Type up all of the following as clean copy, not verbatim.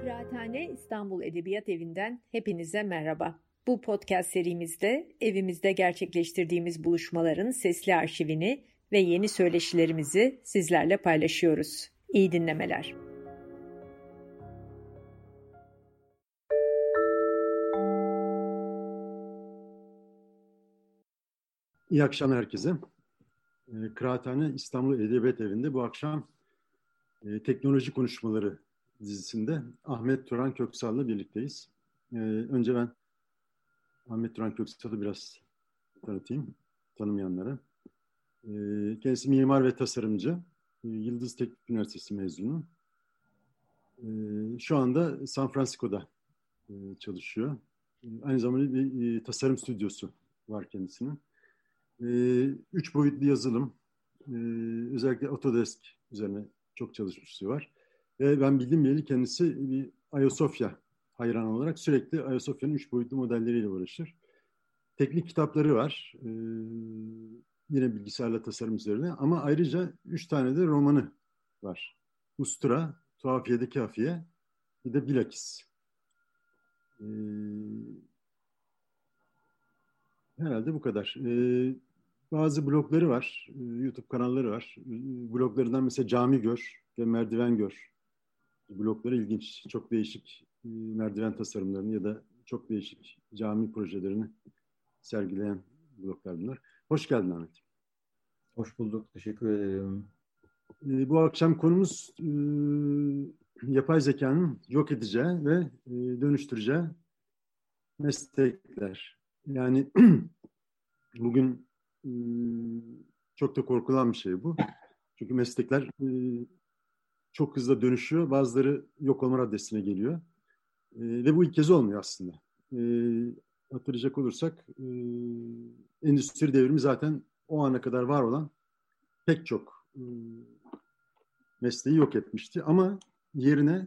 Kıraathane İstanbul Edebiyat Evi'nden hepinize merhaba. Bu podcast serimizde evimizde gerçekleştirdiğimiz buluşmaların sesli arşivini ve yeni söyleşilerimizi sizlerle paylaşıyoruz. İyi dinlemeler. İyi akşamlar herkese. Kıraathane İstanbul Edebiyat Evi'nde bu akşam Teknoloji Konuşmaları dizisinde Ahmet Turan Köksal'la birlikteyiz. Önce ben Ahmet Turan Köksal'ı biraz tanıtayım tanımayanlara. Kendisi mimar ve tasarımcı. Yıldız Teknik Üniversitesi mezunu. Şu anda San Francisco'da çalışıyor. Aynı zamanda bir tasarım stüdyosu var kendisinin. 3 boyutlu yazılım, özellikle Autodesk üzerine çok çalışmışlığı var. Ve ben bildiğim bileli kendisi bir Ayasofya hayranı olarak sürekli Ayasofya'nın 3 boyutlu modelleriyle uğraşır. Teknik kitapları var. Yine bilgisayarla tasarım üzerine. Ama ayrıca 3 tane de romanı var. Ustura, Tuhafiyede Kafiye, bir de Bilakis. Herhalde bu kadar. Bazı blogları var, YouTube kanalları var. Bloglarından mesela Cami Gör ve Merdiven Gör. Blogları ilginç, çok değişik merdiven tasarımlarını ya da çok değişik cami projelerini sergileyen bloglar bunlar. Hoş geldin Ahmet. Hoş bulduk, teşekkür ederim. Bu akşam konumuz yapay zekanın yok edeceği ve dönüştüreceği meslekler. Yani bugün çok da korkulan bir şey bu. Çünkü meslekler çok hızlı dönüşüyor. Bazıları yok olma raddesine geliyor. Ve bu ilk kez olmuyor aslında. Hatırlayacak olursak endüstri devrimi zaten o ana kadar var olan pek çok mesleği yok etmişti. Ama yerine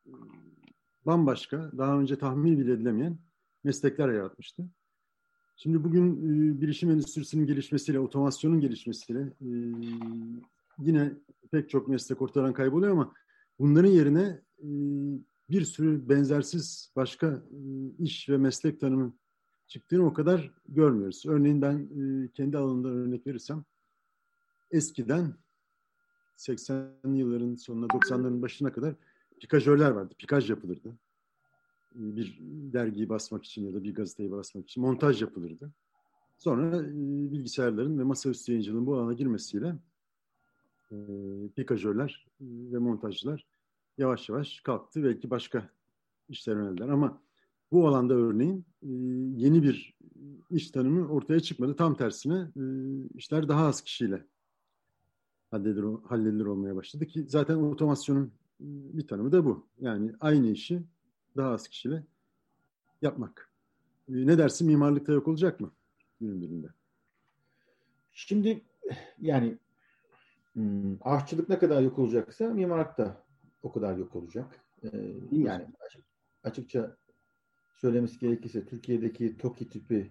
bambaşka, daha önce tahmin bile edilemeyen meslekler yaratmıştı. Şimdi bugün bilişim endüstrisinin gelişmesiyle, otomasyonun gelişmesiyle yine pek çok meslek ortadan kayboluyor ama bunların yerine bir sürü benzersiz başka iş ve meslek tanımı çıktığını o kadar görmüyoruz. Örneğin ben kendi alanımdan örnek verirsem eskiden 80'li yılların sonuna 90'ların başına kadar pikajörler vardı. Pikaj yapılırdı. Bir dergiyi basmak için ya da bir gazeteyi basmak için montaj yapılırdı. Sonra bilgisayarların ve masaüstü yayıncılığın bu alana girmesiyle pikajörler ve montajcılar yavaş yavaş kalktı. Belki başka işler yöneldiler. Ama bu alanda örneğin yeni bir iş tanımı ortaya çıkmadı. Tam tersine işler daha az kişiyle halledilir olmaya başladı ki zaten otomasyonun bir tanımı da bu. Yani aynı işi daha az kişiyle yapmak. Ne dersin, mimarlıkta yok olacak mı günün birinde? Şimdi yani aşçılık ne kadar yok olacaksa mimarlık da o kadar yok olacak. Yani açıkça söylemesi gerekirse Türkiye'deki TOKİ tipi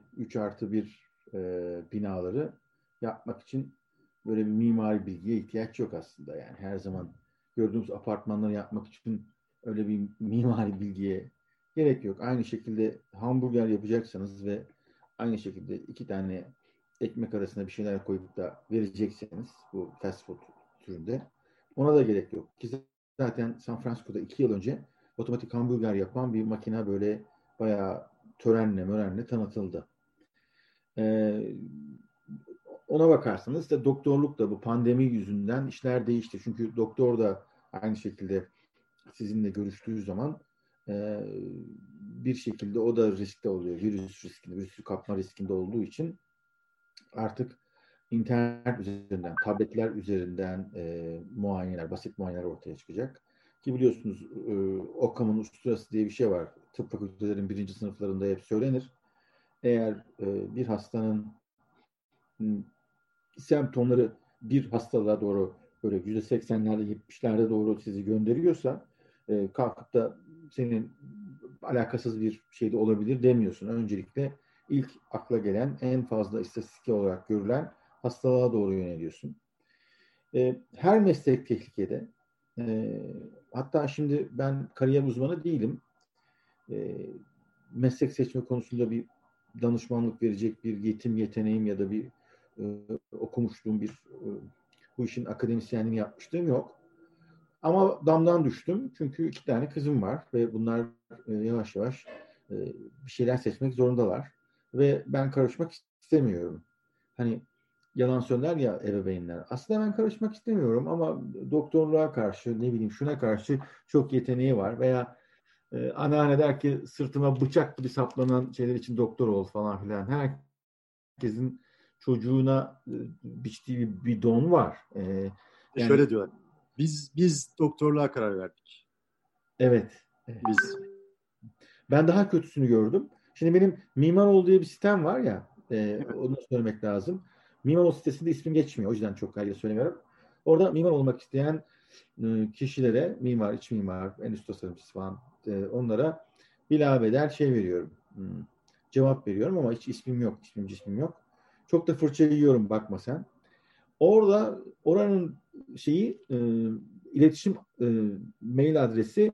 3+1 binaları yapmak için böyle bir mimari bilgiye ihtiyaç yok aslında. Yani her zaman gördüğümüz apartmanları yapmak için öyle bir mimari bilgiye gerek yok. Aynı şekilde hamburger yapacaksanız ve aynı şekilde 2 tane ekmek arasına bir şeyler koyup da verecekseniz bu fast food türünde ona da gerek yok. Ki zaten San Francisco'da 2 yıl önce otomatik hamburger yapan bir makine böyle bayağı törenle tanıtıldı. Ona bakarsanız da doktorluk da bu pandemi yüzünden işler değişti. Çünkü doktor da aynı şekilde sizinle görüştüğü zaman bir şekilde o da riskte oluyor. Virüsü kapma riskinde olduğu için artık internet üzerinden, tabletler üzerinden basit muayeneler ortaya çıkacak. Ki biliyorsunuz Occam'ın usturası diye bir şey var. Tıp fakültelerin 1. sınıflarında hep söylenir. Eğer bir hastanın semptomları bir hastalığa doğru böyle %80'lerde 70'lerde doğru sizi gönderiyorsa kalkıp da senin alakasız bir şey de olabilir demiyorsun. Öncelikle ilk akla gelen en fazla istatistik olarak görülen hastalığa doğru yöneliyorsun. Her meslek tehlikede. hatta şimdi ben kariyer uzmanı değilim. Meslek seçme konusunda bir danışmanlık verecek bir yeteneğim ya da bir okumuşluğum, bu işin akademisyenliğini yapmışlığım yok. Ama damdan düştüm. Çünkü 2 tane kızım var ve bunlar yavaş yavaş bir şeyler seçmek zorundalar. Ve ben karışmak istemiyorum. Hani yalan söyler ya ebeveynler. Aslında ben karışmak istemiyorum ama doktorluğa karşı, ne bileyim şuna karşı çok yeteneği var. Veya anneanne der ki sırtıma bıçak gibi saplanan şeyler için doktor ol falan filan. Herkesin çocuğuna biçtiği bir don var. Yani Şöyle diyorlar. Biz doktorluğa karar verdik. evet. Biz. Ben daha kötüsünü gördüm. Şimdi benim Mimaroğlu diye bir sitem var ya, onu söylemek lazım. Mimaroğlu sitesinde ismim geçmiyor. O yüzden çok ayrıca söylemiyorum. Orada mimar olmak isteyen kişilere, mimar, iç mimar, endüstri tasarımcısı falan, onlara bilabeder şey veriyorum. Cevap veriyorum ama hiç ismim yok. İsmim yok. Çok da fırça yiyorum, bakma sen. Orada oranın iletişim mail adresi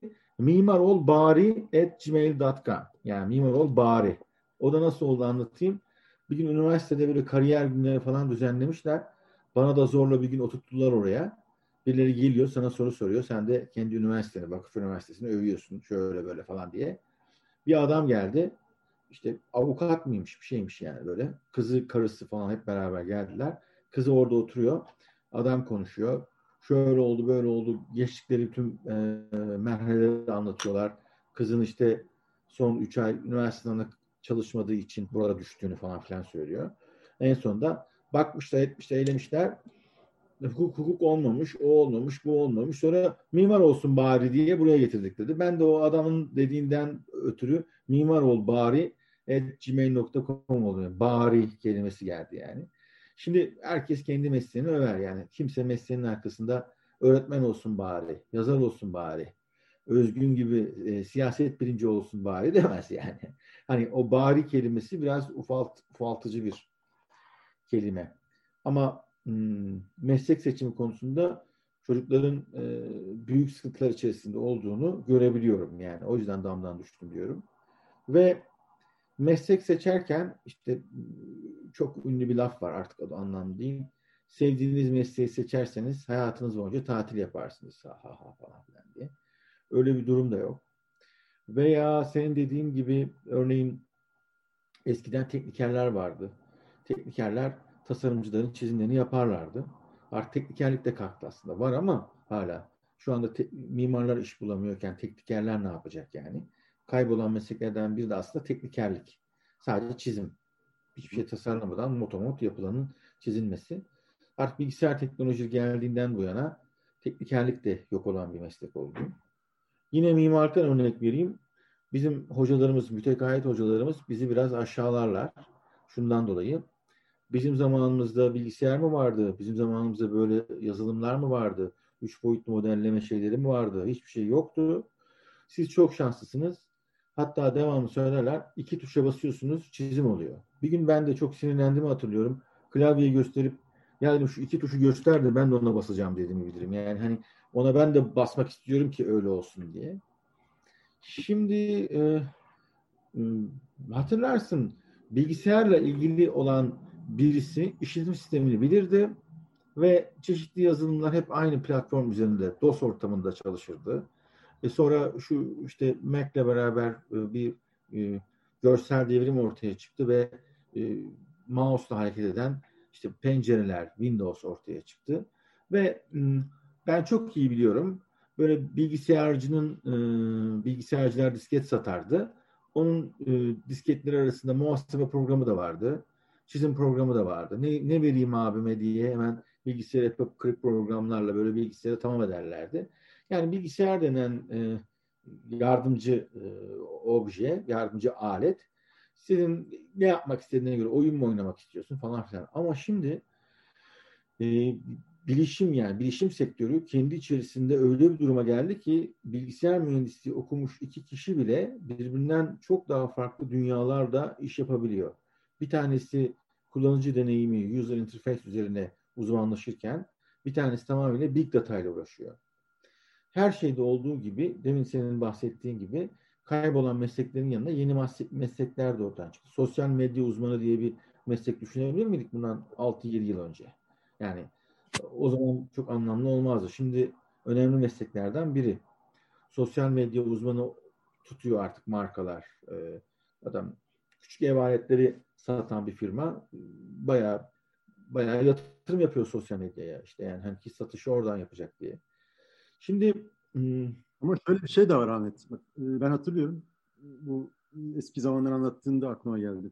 mimarolbari@gmail.com. Yani mimarolbari. O da nasıl oldu anlatayım. Bir gün üniversitede böyle kariyer günleri falan düzenlemişler. Bana da zorla bir gün oturttular oraya. Birileri geliyor, sana soru soruyor. Sen de kendi üniversiteni, vakıf üniversitesini övüyorsun. Şöyle böyle falan diye. Bir adam geldi. İşte avukat mıymış, bir şeymiş yani böyle. Kızı, karısı falan hep beraber geldiler. Kızı orada oturuyor. Adam konuşuyor. Şöyle oldu, böyle oldu. Geçtikleri tüm merhaleleri anlatıyorlar. Kızın işte son 3 ay üniversiteden çalışmadığı için buralara düştüğünü falan filan söylüyor. En sonunda bakmışlar, etmişler, eylemişler. Hukuk olmamış, o olmamış, bu olmamış. Sonra mimar olsun bari diye buraya getirdik dedi. Ben de o adamın dediğinden ötürü mimar ol bari @gmail.com oluyor. Bari kelimesi geldi yani. Şimdi herkes kendi mesleğini över yani. Kimse mesleğinin arkasında öğretmen olsun bari, yazar olsun bari, Özgün gibi siyaset bilinci olsun bari demez yani. Hani o bari kelimesi biraz ufaltıcı bir kelime. Ama meslek seçimi konusunda çocukların büyük sıkıntılar içerisinde olduğunu görebiliyorum yani. O yüzden damdan düştüm diyorum. Ve meslek seçerken işte çok ünlü bir laf var, artık o da anlamlı değil. Sevdiğiniz mesleği seçerseniz hayatınız boyunca tatil yaparsınız. Ha ha ha falan filan diye. Öyle bir durum da yok. Veya senin dediğin gibi örneğin eskiden teknikerler vardı. Teknikerler tasarımcıların çizimlerini yaparlardı. Artık teknikerlik de kalktı aslında. Var ama hala. Şu anda mimarlar iş bulamıyorken teknikerler ne yapacak yani? Kaybolan mesleklerden biri de aslında teknikerlik. Sadece çizim. Hiçbir şey tasarlamadan motomot yapılanın çizilmesi. Artık bilgisayar teknolojisi geldiğinden bu yana teknikerlik de yok olan bir meslek oldu. Yine mimarlıktan örnek vereyim. Bizim hocalarımız, müteahhit hocalarımız bizi biraz aşağılarlar. Şundan dolayı. Bizim zamanımızda bilgisayar mı vardı? Bizim zamanımızda böyle yazılımlar mı vardı? 3 boyutlu modelleme şeyleri mi vardı? Hiçbir şey yoktu. Siz çok şanslısınız. Hatta devamlı söylerler. 2 tuşa basıyorsunuz, çizim oluyor. Bir gün ben de çok sinirlendiğimi hatırlıyorum. Klavyeyi gösterip yani şu 2 tuşu göster de ben de ona basacağım dediğimi bilirim. Yani hani ona ben de basmak istiyorum ki öyle olsun diye. Şimdi hatırlarsın, bilgisayarla ilgili olan birisi işletim sistemini bilirdi ve çeşitli yazılımlar hep aynı platform üzerinde DOS ortamında çalışırdı. Sonra şu işte Mac'le beraber bir görsel devrim ortaya çıktı ve mouse'la hareket eden işte pencereler, Windows ortaya çıktı. Ve ben çok iyi biliyorum. Böyle bilgisayarcılar disket satardı. Onun disketleri arasında muhasebe programı da vardı. Çizim programı da vardı. Ne vereyim abime diye hemen bilgisayar yapıp kırık programlarla böyle bilgisayarı tamam ederlerdi. Yani bilgisayar denen yardımcı obje, yardımcı alet, senin ne yapmak istediğine göre oyun mu oynamak istiyorsun falan filan. Ama şimdi bilişim sektörü kendi içerisinde öyle bir duruma geldi ki bilgisayar mühendisliği okumuş 2 kişi bile birbirinden çok daha farklı dünyalarda iş yapabiliyor. Bir tanesi kullanıcı deneyimi, user interface üzerine uzmanlaşırken bir tanesi tamamıyla big data ile uğraşıyor. her şeyde olduğu gibi, demin senin bahsettiğin gibi kaybolan mesleklerin yanında yeni meslekler de ortaya çıktı. Sosyal medya uzmanı diye bir meslek düşünebilir miydik bundan 6-7 yıl önce? Yani o zaman çok anlamlı olmazdı. Şimdi önemli mesleklerden biri. Sosyal medya uzmanı tutuyor artık markalar. Adam küçük ev aletleri satan bir firma bayağı yatırım yapıyor sosyal medyaya. İşte yani hani ki satışı oradan yapacak diye. Şimdi Ama şöyle bir şey de var Ahmet. Bak, ben hatırlıyorum. Bu eski zamanlar anlattığında aklıma geldi.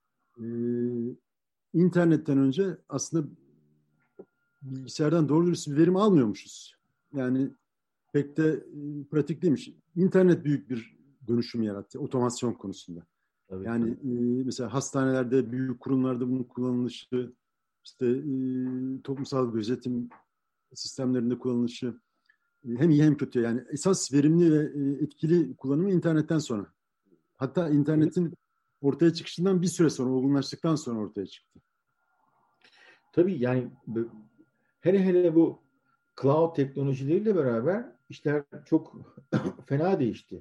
İnternetten önce aslında bilgisayardan doğru dürüst bir verim almıyormuşuz. Yani pek de pratik değilmiş. İnternet büyük bir dönüşüm yarattı otomasyon konusunda. tabii. Yani mesela hastanelerde, büyük kurumlarda bunun kullanılışı, işte toplumsal gözetim sistemlerinde kullanılışı hem iyi hem kötü. Yani esas verimli ve etkili kullanımı internetten sonra. Hatta internetin ortaya çıkışından bir süre sonra, olgunlaştıktan sonra ortaya çıktı. Tabii yani hele bu cloud teknolojileriyle beraber işler çok fena değişti.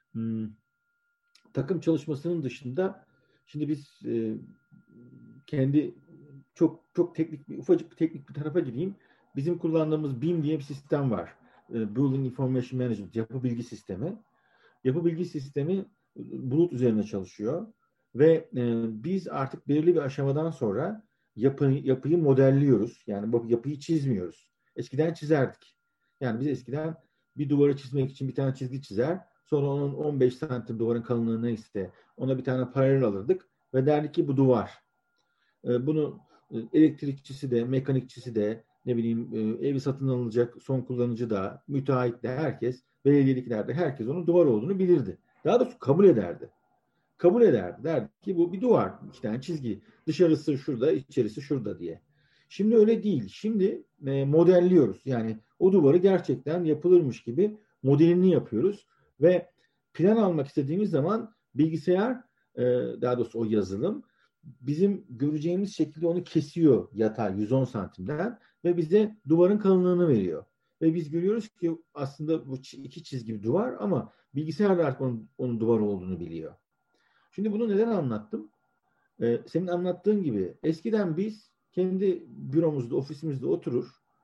Takım çalışmasının dışında şimdi biz kendi çok teknik ufacık bir teknik bir tarafa gireyim. Bizim kullandığımız BIM diye bir sistem var. Building Information Management, yapı bilgi sistemi. Yapı bilgi sistemi bulut üzerine çalışıyor ve biz artık belirli bir aşamadan sonra yapıyı modelliyoruz. Yani bu yapıyı çizmiyoruz. Eskiden çizerdik. Yani biz eskiden bir duvarı çizmek için bir tane çizgi çizer. Sonra onun 15 santim duvarın kalınlığı neyse ona bir tane paralel alırdık ve derdik ki bu duvar. Bunu elektrikçisi de, mekanikçisi de, ne bileyim evi satın alınacak son kullanıcı da, müteahhit de herkes, belediyelikler de herkes onun duvar olduğunu bilirdi. Daha doğrusu kabul ederdi. Kabul ederdi. Derdi ki bu bir duvar, iki tane çizgi. Dışarısı şurada, içerisi şurada diye. Şimdi öyle değil. Şimdi modelliyoruz. Yani o duvarı gerçekten yapılırmış gibi modelini yapıyoruz ve plan almak istediğimiz zaman bilgisayar, daha doğrusu o yazılım bizim göreceğimiz şekilde onu kesiyor yatay 110 santimden ve bize duvarın kalınlığını veriyor. Ve biz görüyoruz ki aslında bu iki çizgi bir duvar ama bilgisayar da artık onun duvar olduğunu biliyor. Şimdi bunu neden anlattım? Senin anlattığın gibi eskiden biz kendi büromuzda, ofisimizde oturur,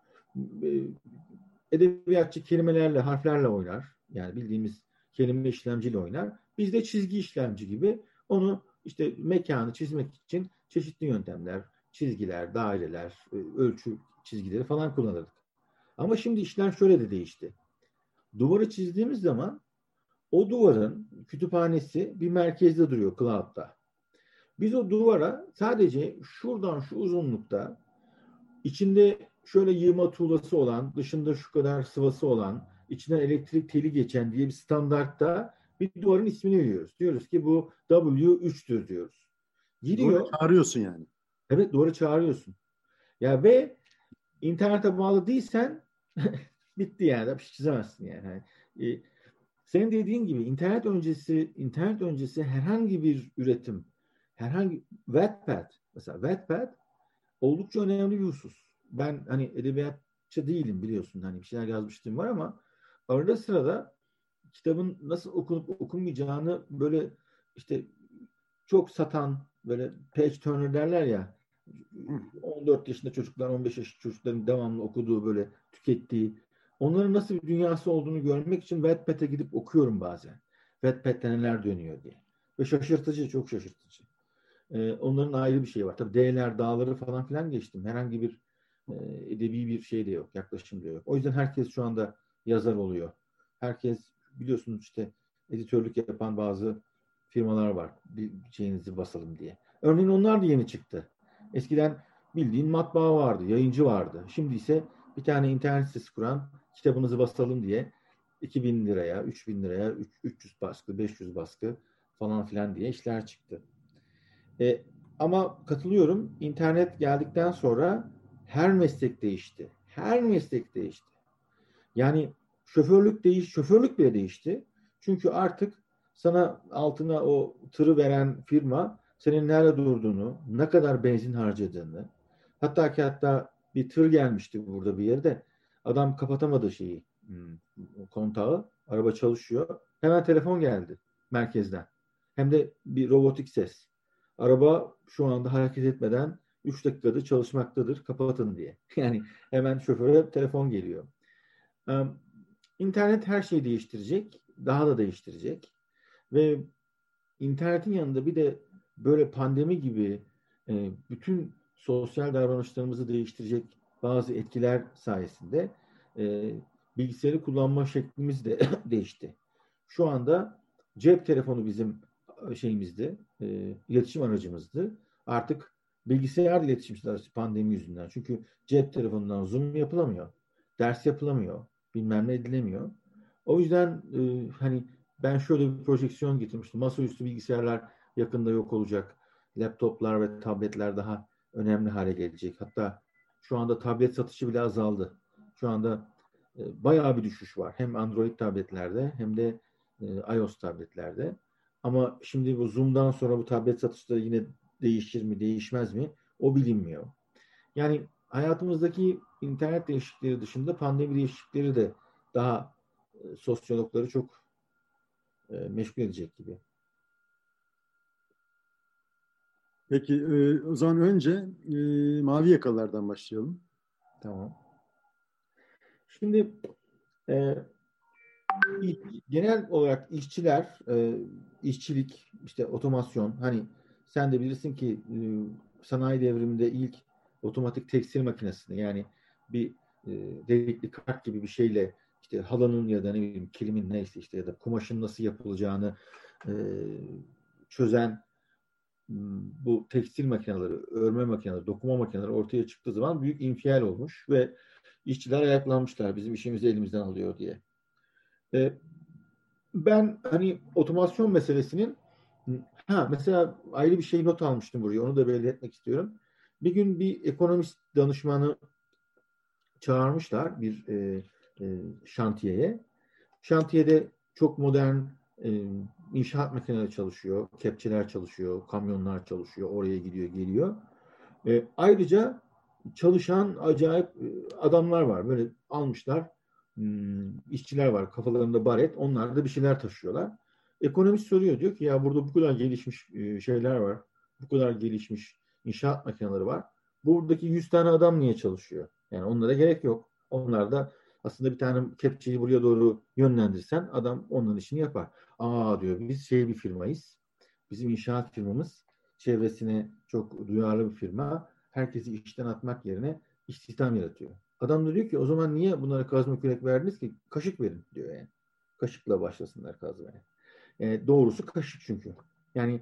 edebiyatçı kelimelerle, harflerle oynar. Yani bildiğimiz kelime işlemciyle oynar. Biz de çizgi işlemci gibi onu işte mekanı çizmek için çeşitli yöntemler, çizgiler, daireler, ölçü çizgileri falan kullanırdık. Ama şimdi işler şöyle de değişti. Duvarı çizdiğimiz zaman o duvarın kütüphanesi bir merkezde duruyor cloud'da. Biz o duvara sadece şuradan şu uzunlukta içinde şöyle yığma tuğlası olan, dışında şu kadar sıvası olan, içinden elektrik teli geçen diye bir standartta bir duvarın ismini veriyoruz. Diyoruz ki bu W3'tür diyoruz. Gidiyor. Duvarı çağırıyorsun yani. Evet, duvarı çağırıyorsun. Ya ve internete bağlı değilsen bitti yani. Bir şey çizemezsin yani. Senin dediğin gibi internet öncesi herhangi bir üretim, herhangi Wattpad mesela Wattpad oldukça önemli bir husus. Ben hani edebiyatçı değilim biliyorsun. Hani bir şeyler yazmıştım var ama arada sırada kitabın nasıl okunup okunmayacağını böyle işte çok satan böyle page turner derler ya 14 yaşında çocuklar 15 yaşında çocukların devamlı okuduğu böyle tükettiği onların nasıl bir dünyası olduğunu görmek için Wattpad'e gidip okuyorum bazen. Wattpad'de neler dönüyor diye. Ve şaşırtıcı, çok şaşırtıcı. Onların ayrı bir şeyi var. Tabii D'ler, dağları falan filan geçtim. Herhangi bir edebi bir şey de yok, yaklaşım da yok. O yüzden herkes şu anda yazar oluyor. Herkes biliyorsunuz işte editörlük yapan bazı firmalar var. Bir şeyinizi basalım diye. Örneğin onlar da yeni çıktı. Eskiden bildiğin matbaa vardı, yayıncı vardı. Şimdi ise bir tane internet sitesi kuran kitabınızı basalım diye 2000 liraya, 3000 liraya, 300 baskı, 500 baskı falan filan diye işler çıktı. Ama katılıyorum. İnternet geldikten sonra her meslek değişti. Her meslek değişti. Yani şoförlük bile değişti. Çünkü artık sana altına o tırı veren firma senin nerede durduğunu, ne kadar benzin harcadığını, hatta bir tır gelmişti burada bir yerde. Adam kapatamadı kontağı. Araba çalışıyor. Hemen telefon geldi merkezden. Hem de bir robotik ses. Araba şu anda hareket etmeden 3 dakikada çalışmaktadır. Kapatın diye. Yani hemen şoföre telefon geliyor. İnternet her şeyi değiştirecek. Daha da değiştirecek. Ve internetin yanında bir de böyle pandemi gibi bütün sosyal davranışlarımızı değiştirecek bazı etkiler sayesinde bilgisayarı kullanma şeklimiz de değişti. Şu anda cep telefonu bizim şeyimizdi, iletişim aracımızdı. Artık bilgisayar iletişim aracı pandemi yüzünden. Çünkü cep telefonundan Zoom yapılamıyor, ders yapılamıyor, bilmem ne edilemiyor. O yüzden hani ben şöyle bir projeksiyon getirmiştim. Masaüstü bilgisayarlar yakında yok olacak. Laptoplar ve tabletler daha önemli hale gelecek. Hatta şu anda tablet satışı bile azaldı. Şu anda bayağı bir düşüş var. Hem Android tabletlerde hem de iOS tabletlerde. Ama şimdi bu Zoom'dan sonra bu tablet satışları yine değişir mi, değişmez mi? O bilinmiyor. Yani hayatımızdaki internet değişiklikleri dışında pandemi değişiklikleri de daha sosyologları çok meşgul edecek gibi. Peki o zaman önce mavi yakalılardan başlayalım. Tamam. Şimdi genel olarak işçiler, işçilik, işte otomasyon, hani sen de bilirsin ki sanayi devriminde ilk otomatik tekstil makinesini, yani bir delikli kart gibi bir şeyle işte halının ya da ne bileyim kilimin neyse işte ya da kumaşın nasıl yapılacağını çözen bu tekstil makineleri, örme makineleri, dokuma makineleri ortaya çıktığı zaman büyük infial olmuş ve işçiler ayaklanmışlar, bizim işimizi elimizden alıyor diye. Ben hani otomasyon meselesinin mesela ayrı bir şey not almıştım buraya. Onu da belli etmek istiyorum. Bir gün bir ekonomist danışmanı çağırmışlar bir şantiyeye. Şantiyede çok modern inşaat makineleri çalışıyor, kepçeler çalışıyor, kamyonlar çalışıyor, oraya gidiyor, geliyor. Ayrıca çalışan acayip adamlar var. Böyle almışlar, işçiler var, kafalarında baret, onlar da bir şeyler taşıyorlar. Ekonomist soruyor, diyor ki ya burada bu kadar gelişmiş şeyler var, bu kadar gelişmiş inşaat makineleri var. Buradaki 100 tane adam niye çalışıyor? Yani onlara gerek yok. Onlar da aslında bir tane kepçeyi buraya doğru yönlendirsen adam onların işini yapar. Aa diyor, biz bir firmayız. Bizim inşaat firmamız çevresine çok duyarlı bir firma. Herkesi işten atmak yerine istihdam yaratıyor. Adam da diyor ki o zaman niye bunlara kazma kürek verdiniz ki? Kaşık verin diyor yani. Kaşıkla başlasınlar kazmaya. Doğrusu kaşık çünkü. Yani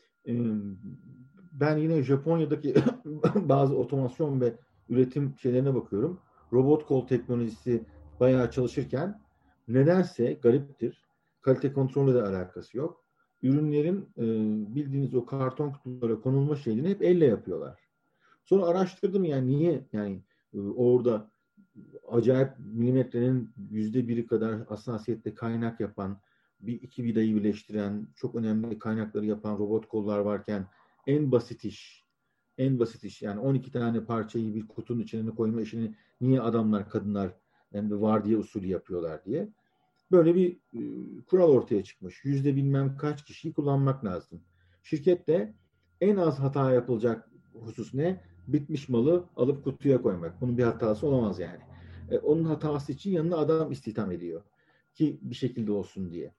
ben yine Japonya'daki bazı otomasyon ve üretim şeylerine bakıyorum. Robot kol teknolojisi bayağı çalışırken nedense gariptir. Kalite kontrolü de alakası yok. Ürünlerin bildiğiniz o karton kutulara konulma şeyini hep elle yapıyorlar. Sonra araştırdım yani niye, yani orada acayip milimetrenin %1'i kadar hassasiyetle kaynak yapan, bir iki vidayı birleştiren, çok önemli kaynakları yapan robot kollar varken en basit iş yani 12 tane parçayı bir kutunun içine koyma işini niye adamlar, kadınlar hem de vardiya usulü yapıyorlar diye. Böyle bir kural ortaya çıkmış. Yüzde bilmem kaç kişiyi kullanmak lazım. Şirkette en az hata yapılacak husus ne? Bitmiş malı alıp kutuya koymak. Bunun bir hatası olamaz yani. Onun hatası için yanına adam istihdam ediyor. Ki bir şekilde olsun diye.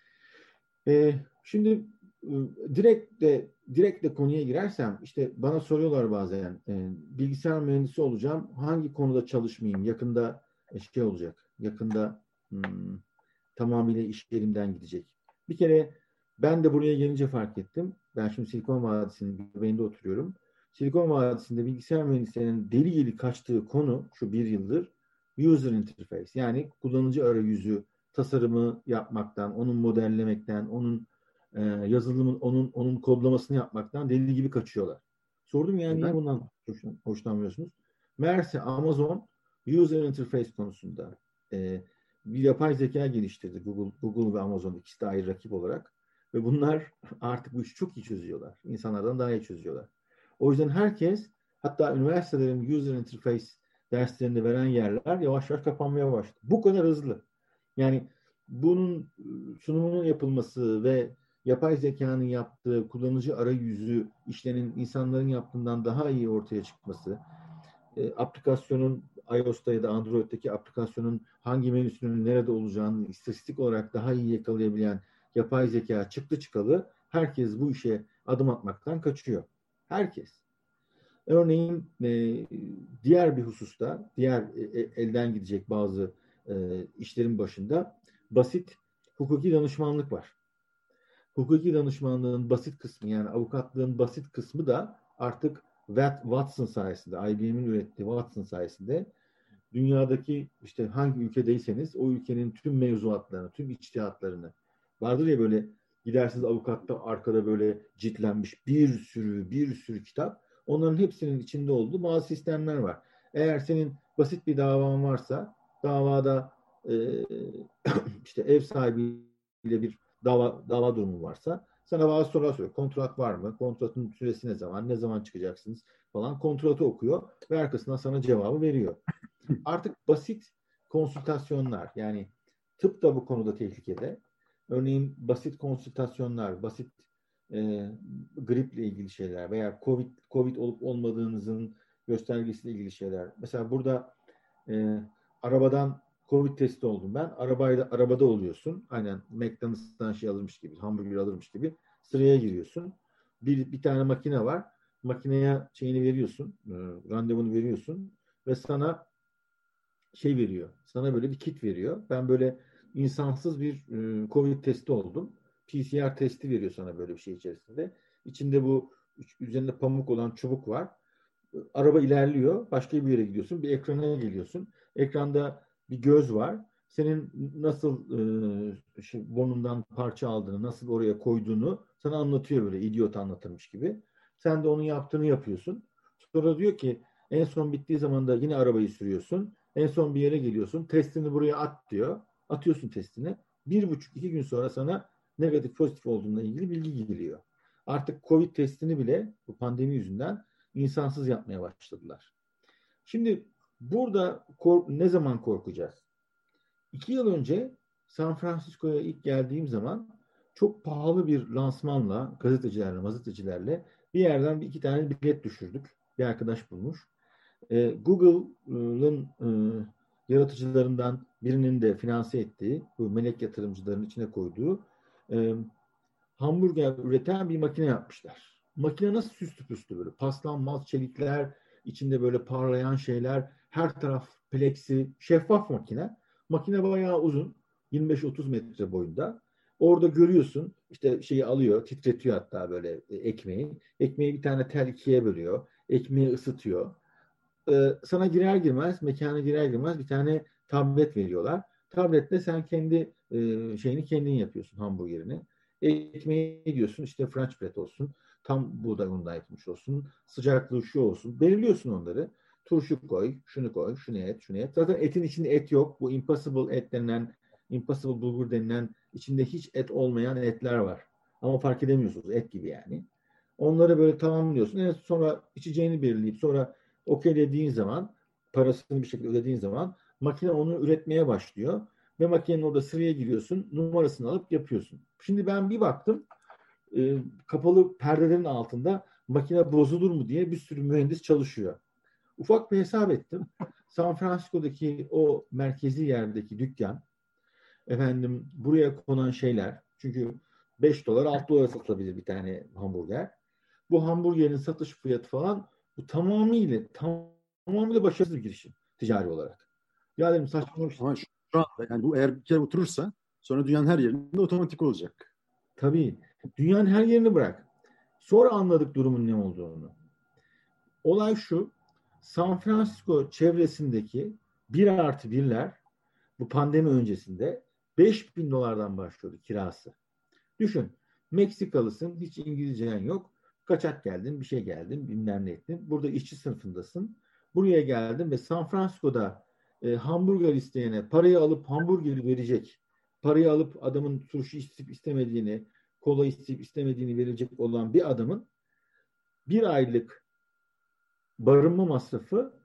Şimdi direkt de konuya girersem, işte bana soruyorlar bazen bilgisayar mühendisi olacağım, hangi konuda çalışmayayım, yakında olacak, yakında tamamıyla iş yerimden gidecek. Bir kere ben de buraya gelince fark ettim. Ben şimdi Silikon Vadisi'nin göbeğinde oturuyorum. Silikon Vadisi'nde bilgisayar mühendislerinin deli gibi kaçtığı konu şu bir yıldır user interface, yani kullanıcı arayüzü tasarımı yapmaktan, onun modellemekten, onun yazılımın, onun kodlamasını yapmaktan deli gibi kaçıyorlar. Sordum yani niye bundan hoşlanmıyorsunuz? Meğerse Amazon user interface konusunda bir yapay zeka geliştirdi. Google ve Amazon ikisi de ayrı rakip olarak. Ve bunlar artık bu işi çok iyi çözüyorlar. İnsanlardan daha iyi çözüyorlar. O yüzden herkes, hatta üniversitelerin user interface derslerini veren yerler yavaş yavaş kapanmaya başladı. Bu kadar hızlı. Yani bunun sunumunun yapılması ve yapay zekanın yaptığı kullanıcı arayüzü işlerin insanların yaptığından daha iyi ortaya çıkması, aplikasyonun iOS'ta ya da Android'deki aplikasyonun hangi menüsünün nerede olacağını istatistik olarak daha iyi yakalayabilen yapay zeka çıktı çıkalı herkes bu işe adım atmaktan kaçıyor. Herkes. Örneğin diğer bir hususta, diğer elden gidecek bazı işlerin başında basit hukuki danışmanlık var. Hukuki danışmanlığın basit kısmı yani avukatlığın basit kısmı da artık Watson sayesinde, IBM'in ürettiği Watson sayesinde dünyadaki işte hangi ülkedeyseniz o ülkenin tüm mevzuatlarını, tüm içtihatlarını vardır ya böyle gidersiniz avukatta arkada böyle ciltlenmiş bir sürü kitap. Onların hepsinin içinde olduğu bazı sistemler var. Eğer senin basit bir davan varsa davada işte ev sahibiyle bir dava durumu varsa sana bazı sorular soruyor. Kontrat var mı? Kontratın süresi ne zaman? Ne zaman çıkacaksınız? Falan kontratı okuyor ve arkasından sana cevabı veriyor. Artık basit konsültasyonlar yani tıp da bu konuda tehlikede. Örneğin basit konsültasyonlar, basit griple ilgili şeyler veya COVID olup olmadığınızın göstergesiyle ilgili şeyler. Mesela burada arabadan COVID testi oldum ben. Arabada oluyorsun. Aynen McDonald's'tan şey alırmış gibi, hamburger alırmış gibi sıraya giriyorsun. Bir tane makine var. Makineye şeyini veriyorsun, randevunu veriyorsun ve sana şey veriyor. Sana böyle bir kit veriyor. Ben böyle insansız bir COVID testi oldum. PCR testi veriyor sana böyle bir şey içerisinde. İçinde bu üzerinde pamuk olan çubuk var. Araba ilerliyor. Başka bir yere gidiyorsun. Bir ekrana geliyorsun. Ekranda bir göz var. Senin nasıl burnundan parça aldığını, nasıl oraya koyduğunu sana anlatıyor böyle idiot anlatırmış gibi. Sen de onun yaptığını yapıyorsun. Sonra diyor ki en son bittiği zaman da yine arabayı sürüyorsun. En son bir yere geliyorsun. Testini buraya at diyor. Atıyorsun testini. 1,5-2 gün sonra sana negatif pozitif olduğuna ilgili bilgi geliyor. Artık COVID testini bile bu pandemi yüzünden insansız yapmaya başladılar. Şimdi burada ne zaman korkacağız? 2 yıl önce San Francisco'ya ilk geldiğim zaman çok pahalı bir lansmanla gazetecilerle bir yerden iki tane bilet düşürdük. Bir arkadaş bulmuş. Google'ın yaratıcılarından birinin de finanse ettiği, bu melek yatırımcıların içine koyduğu hamburger üreten bir makine yapmışlar. Makine nasıl süslü püslü böyle paslanmaz çelikler, içinde böyle parlayan şeyler, her taraf pleksi, şeffaf makine. Makine bayağı uzun, 25-30 metre boyunda. Orada görüyorsun işte şeyi alıyor, titretiyor hatta böyle ekmeği. Ekmeği bir tane tel ikiye bölüyor. Ekmeği ısıtıyor. Sana girer girmez, mekana girer girmez bir tane tablet veriyorlar. Tabletle sen kendi şeyini kendin yapıyorsun hamburgerini. Ekmeği diyorsun işte French bread olsun. Tam buğday unundan yapılmış olsun. Sıcaklığı şu olsun. Belirliyorsun onları. Turşu koy, şunu koy, şunu et, şunu et. Zaten etin içinde et yok. Bu impossible et denilen, impossible bulgur denilen içinde hiç et olmayan etler var. Ama fark edemiyorsunuz. Et gibi yani. Onları böyle tamamlıyorsun. Evet, sonra içeceğini belirleyip sonra okeylediğin zaman parasını bir şekilde ödediğin zaman makine onu üretmeye başlıyor. Ve makinenin orada sıraya giriyorsun. Numarasını alıp yapıyorsun. Şimdi ben bir baktım kapalı perdelerin altında makine bozulur mu diye bir sürü mühendis çalışıyor. Ufak bir hesap ettim. San Francisco'daki o merkezi yerdeki dükkan buraya konan şeyler çünkü 5 dolar 6 dolar satılabilir bir tane hamburger. Bu hamburgerin satış fiyatı falan bu tamamıyla başarısız bir girişim ticari olarak. Ya dedim saçmalamış. Ama şu anda yani bu eğer bir kere oturursa sonra dünyanın her yerinde otomatik olacak. Tabii. Dünyanın her yerini bırak. Sonra anladık durumun ne olduğunu. Olay şu. San Francisco çevresindeki 1+1'ler bu pandemi öncesinde 5.000 dolardan başlıyordu kirası. Düşün. Meksikalısın. Hiç İngilizcen yok. Kaçak geldin. Bir şey geldin. Bilmem ne ettin. Burada işçi sınıfındasın. Buraya geldin ve San Francisco'da hamburger isteyene parayı alıp hamburgeri verecek. Parayı alıp adamın turşu isteyip istemediğini, kola isteyip istemediğini verecek olan bir adamın bir aylık barınma masrafı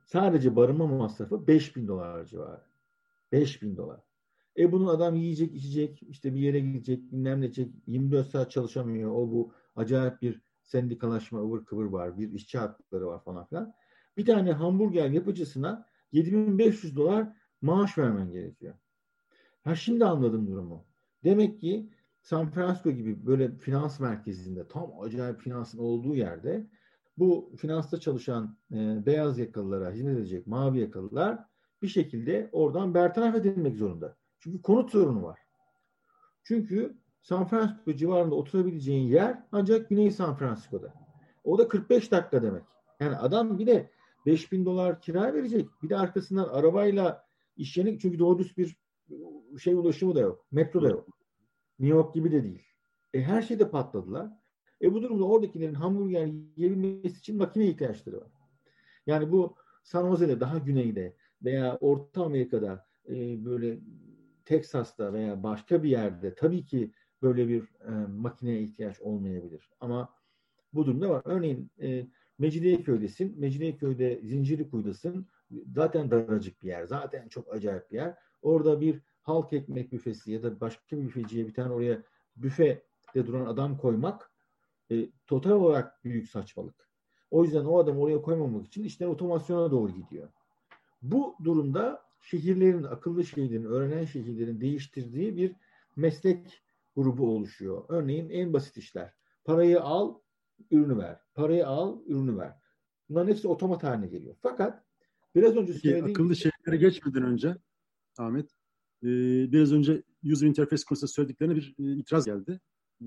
sadece barınma masrafı $5.000 civarı. $5.000. Bunun adam yiyecek, içecek, işte bir yere gidecek, bilmem ne edecek, 24 saat çalışamıyor. O bu acayip bir sendikalaşma, ıvır kıvır var. Bir işçi hakları var falan filan. Bir tane hamburger yapıcısına $7.500 maaş vermen gerekiyor. Şimdi anladım durumu. Demek ki San Francisco gibi böyle finans merkezinde, tam acayip finansın olduğu yerde bu finansta çalışan beyaz yakalılara hizmet edecek mavi yakalılar bir şekilde oradan bertaraf edilmek zorunda. Çünkü konut sorunu var. Çünkü San Francisco civarında oturabileceğin yer ancak Güney San Francisco'da. O da 45 dakika demek. Yani adam bir de $5.000 kira verecek. Bir de arkasından arabayla iş yerine, çünkü doğru düz bir ulaşımı da yok. Metro da yok. New York gibi de değil. Her şeyde patladılar. Bu durumda oradakilerin hamburger yiyebilmesi için makine ihtiyaçları var. Yani bu San Jose'de, daha güneyde veya Orta Amerika'da, böyle Teksas'ta veya başka bir yerde tabii ki böyle bir makineye ihtiyaç olmayabilir. Ama bu durumda var. Örneğin Mecidiyeköy'desin. Mecidiyeköy'de Zincirlikuyu'dasın. Zaten daracık bir yer. Zaten çok acayip bir yer. Orada bir halk ekmek büfesi ya da başka bir büfeciye bir tane oraya büfede duran adam koymak total olarak büyük saçmalık. O yüzden o adamı oraya koymamak için işler otomasyona doğru gidiyor. Bu durumda şehirlerin, akıllı şehirlerin, öğrenen şehirlerin değiştirdiği bir meslek grubu oluşuyor. Örneğin en basit işler. Parayı al, ürünü ver. Parayı al, ürünü ver. Bunların hepsi otomat haline geliyor. Fakat biraz önce söylediğim akıllı şeylere geçmeden önce Ahmet, biraz önce user interface konusunda söylediklerine bir itiraz geldi.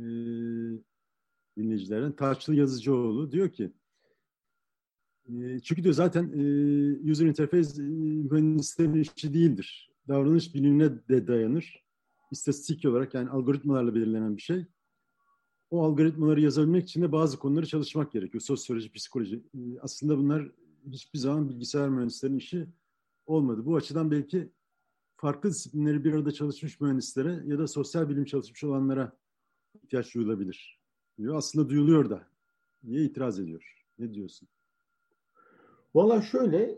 Dinleyicilerden. Taçlı Yazıcıoğlu diyor ki, çünkü diyor zaten user interface mühendislerin işi değildir. Davranış bilimine de dayanır. İstatistik olarak, yani algoritmalarla belirlenen bir şey. O algoritmaları yazabilmek için de bazı konuları çalışmak gerekiyor. Sosyoloji, psikoloji. Aslında bunlar hiçbir zaman bilgisayar mühendislerinin işi olmadı. Bu açıdan belki farklı disiplinleri bir arada çalışmış mühendislere ya da sosyal bilim çalışmış olanlara ihtiyaç duyulabilir diyor. Aslında duyuluyor da diye itiraz ediyor. Ne diyorsun? Valla şöyle,